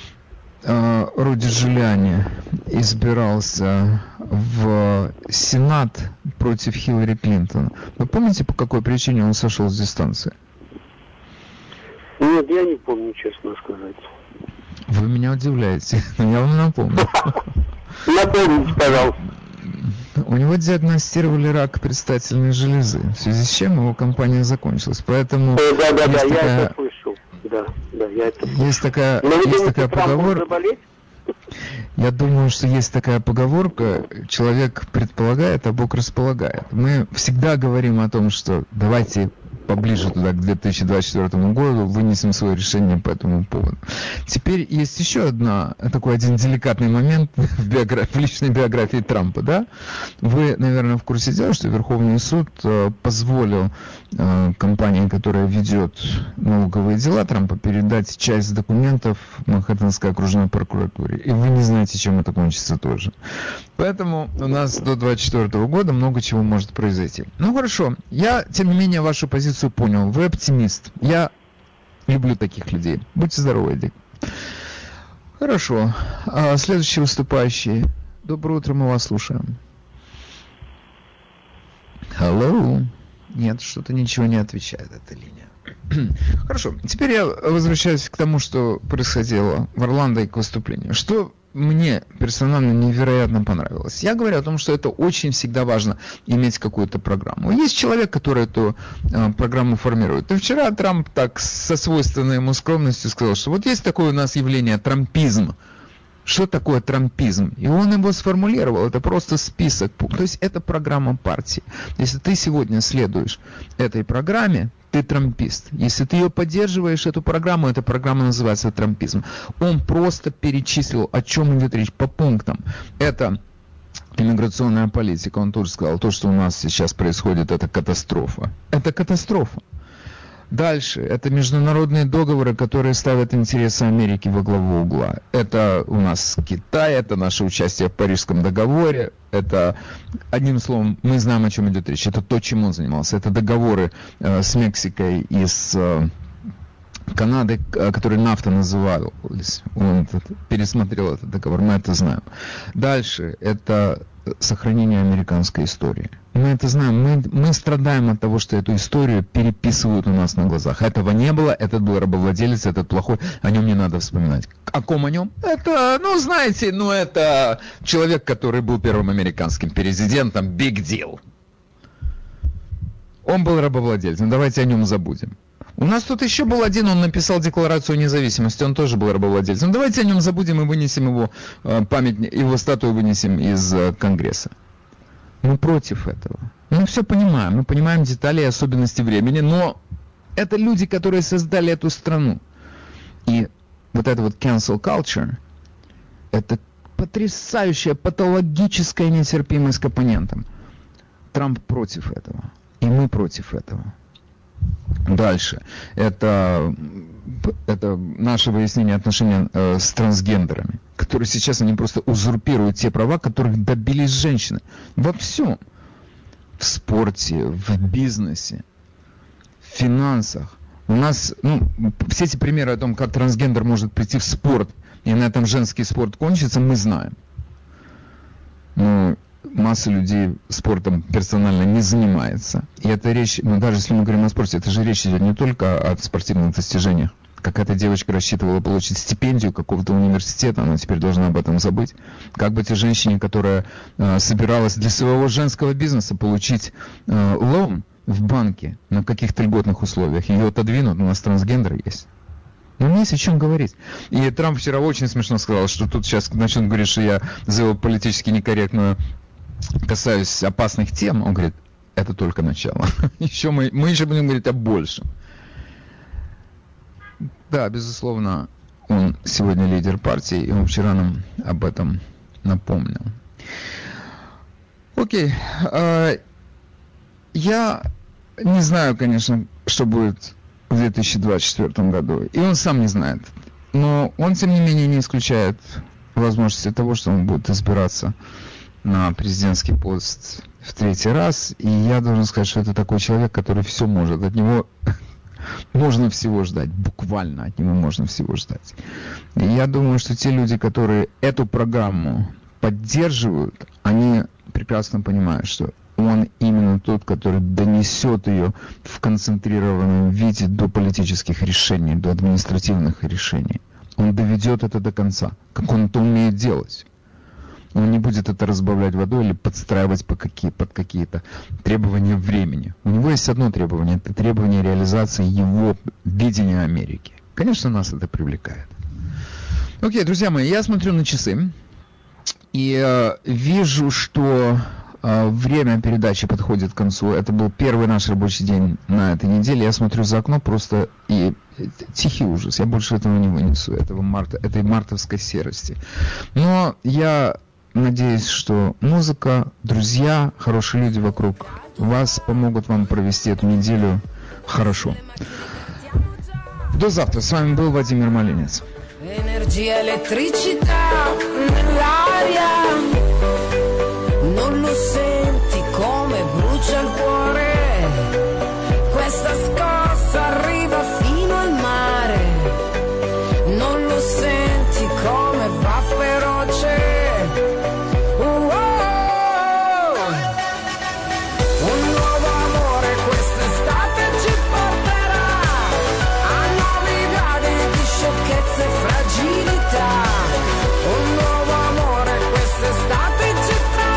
э, Руди Джулиани избирался в Сенат против Хиллари Клинтон? Вы помните, по какой причине он сошел с дистанции? Нет, я не помню, честно сказать. Вы меня удивляете, но я вам напомню. Напомните, пожалуйста. У него диагностировали рак предстательной железы, в связи с чем его кампания закончилась. Поэтому да, да, да, есть я такая... это слышал. Да, да, я это есть такая, есть такая поговорка. Я думаю, что есть такая поговорка: человек предполагает, а Бог располагает. Мы всегда говорим о том, что давайте поближе туда, к две тысячи двадцать четвёртому году, вынесем свое решение по этому поводу. Теперь есть еще одна, такой один деликатный момент в, биографии, в личной биографии Трампа, да? Вы, наверное, в курсе дела, что Верховный суд э, позволил э, компании, которая ведет налоговые дела Трампа, передать часть документов Манхэттенской окружной прокуратуре. И вы не знаете, чем это кончится тоже. Поэтому у нас до двадцать четвёртого года много чего может произойти. Ну хорошо, я, тем не менее, вашу позицию понял. Вы оптимист. Я люблю таких людей. Будьте здоровы, Эдик. Хорошо. А следующий выступающий. Доброе утро, мы вас слушаем. Hello. Нет, что-то ничего не отвечает эта линия. Хорошо. Теперь я возвращаюсь к тому, что происходило в Орландо и к выступлению. Что мне персонально невероятно понравилось. Я говорю о том, что это очень всегда важно иметь какую-то программу. Есть человек, который эту э, программу формирует. И вчера Трамп так со свойственной ему скромностью сказал, что вот есть такое у нас явление трампизм. Что такое трампизм? И он его сформулировал. Это просто список. То есть это программа партии. Если ты сегодня следуешь этой программе, ты трампист. Если ты ее поддерживаешь, эту программу, эта программа называется трампизм. Он просто перечислил, о чем идет речь по пунктам. Это иммиграционная политика. Он тоже сказал, то, что у нас сейчас происходит, это катастрофа. Это катастрофа. Дальше. Это международные договоры, которые ставят интересы Америки во главу угла. Это у нас Китай, это наше участие в Парижском договоре. Это, одним словом, мы знаем, о чем идет речь. Это то, чем он занимался. Это договоры э, с Мексикой и с э, Канадой, э, которые нафта назывались. Он пересмотрел этот договор, мы это знаем. Дальше. Это сохранение американской истории. Мы это знаем, мы, мы страдаем от того, что эту историю переписывают у нас на глазах. Этого не было, этот был рабовладелец, этот плохой, о нем не надо вспоминать. О ком о нем? Это, ну знаете, ну это человек, который был первым американским президентом, big deal. Он был рабовладельцем, давайте о нем забудем. У нас тут еще был один, он написал Декларацию независимости, он тоже был рабовладельцем. Давайте о нем забудем и вынесем его памятник, его статую вынесем из Конгресса. Мы против этого. Мы все понимаем, мы понимаем детали и особенности времени, но это люди, которые создали эту страну. И вот это вот cancel culture, это потрясающая патологическая нетерпимость к оппонентам. Трамп против этого, и мы против этого. Дальше. Это, это наше выяснение отношений э, с трансгендерами, которые сейчас они просто узурпируют те права, которых добились женщины. Во всем. В спорте, в бизнесе, в финансах. У нас, ну, все эти примеры о том, как трансгендер может прийти в спорт, и на этом женский спорт кончится, мы знаем. Но масса людей спортом персонально не занимается. И это речь, ну даже если мы говорим о спорте, это же речь идет не только о спортивных достижениях. Какая-то девочка рассчитывала получить стипендию какого-то университета, она теперь должна об этом забыть. Как бы те женщине, которая э, собиралась для своего женского бизнеса получить э, лоун в банке на каких-то льготных условиях, ее отодвинут, у нас трансгендер есть. Ну, не есть о чем говорить. И Трамп вчера очень смешно сказал, что тут сейчас начнут говорить, что я заявил политически некорректную, касаюсь опасных тем. Он говорит, это только начало. Еще мы, мы еще будем говорить о большем. Да, безусловно, он сегодня лидер партии, и он вчера нам об этом напомнил. Окей. Я не знаю, конечно, что будет в две тысячи двадцать четвёртом году. И он сам не знает. Но он, тем не менее, не исключает возможности того, что он будет избираться на президентский пост в третий раз. И я должен сказать, что это такой человек, который все может. От него можно всего ждать. Буквально от него можно всего ждать. И я думаю, что те люди, которые эту программу поддерживают, они прекрасно понимают, что он именно тот, который донесет ее в концентрированном виде до политических решений, до административных решений. Он доведет это до конца, как он это умеет делать. Он не будет это разбавлять водой или подстраивать по какие, под какие-то требования времени. У него есть одно требование, это требование реализации его видения Америки. Конечно, нас это привлекает. Окей, друзья мои, я смотрю на часы и э, вижу, что время передачи подходит к концу. Это был первый наш рабочий день на этой неделе. Я смотрю за окно просто и тихий ужас. Я больше этого не вынесу, этого марта, этой мартовской серости. Но я надеюсь, что музыка, друзья, хорошие люди вокруг вас помогут вам провести эту неделю хорошо. До завтра. С вами был Владимир Малинец. Energia, elettricità nell'aria. Non lo senti come brucia il cuore, questa scossa arriva fino al mare, non lo senti come va feroce, uh -oh. Un nuovo amore quest'estate ci porterà a nuovi gradi di sciocchezza e fragilità, un nuovo amore quest'estate ci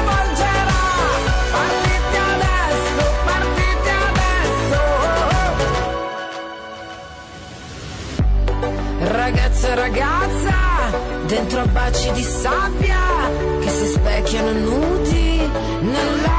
ragazza, ragazza, dentro a baci di sabbia che si specchiano nudi nella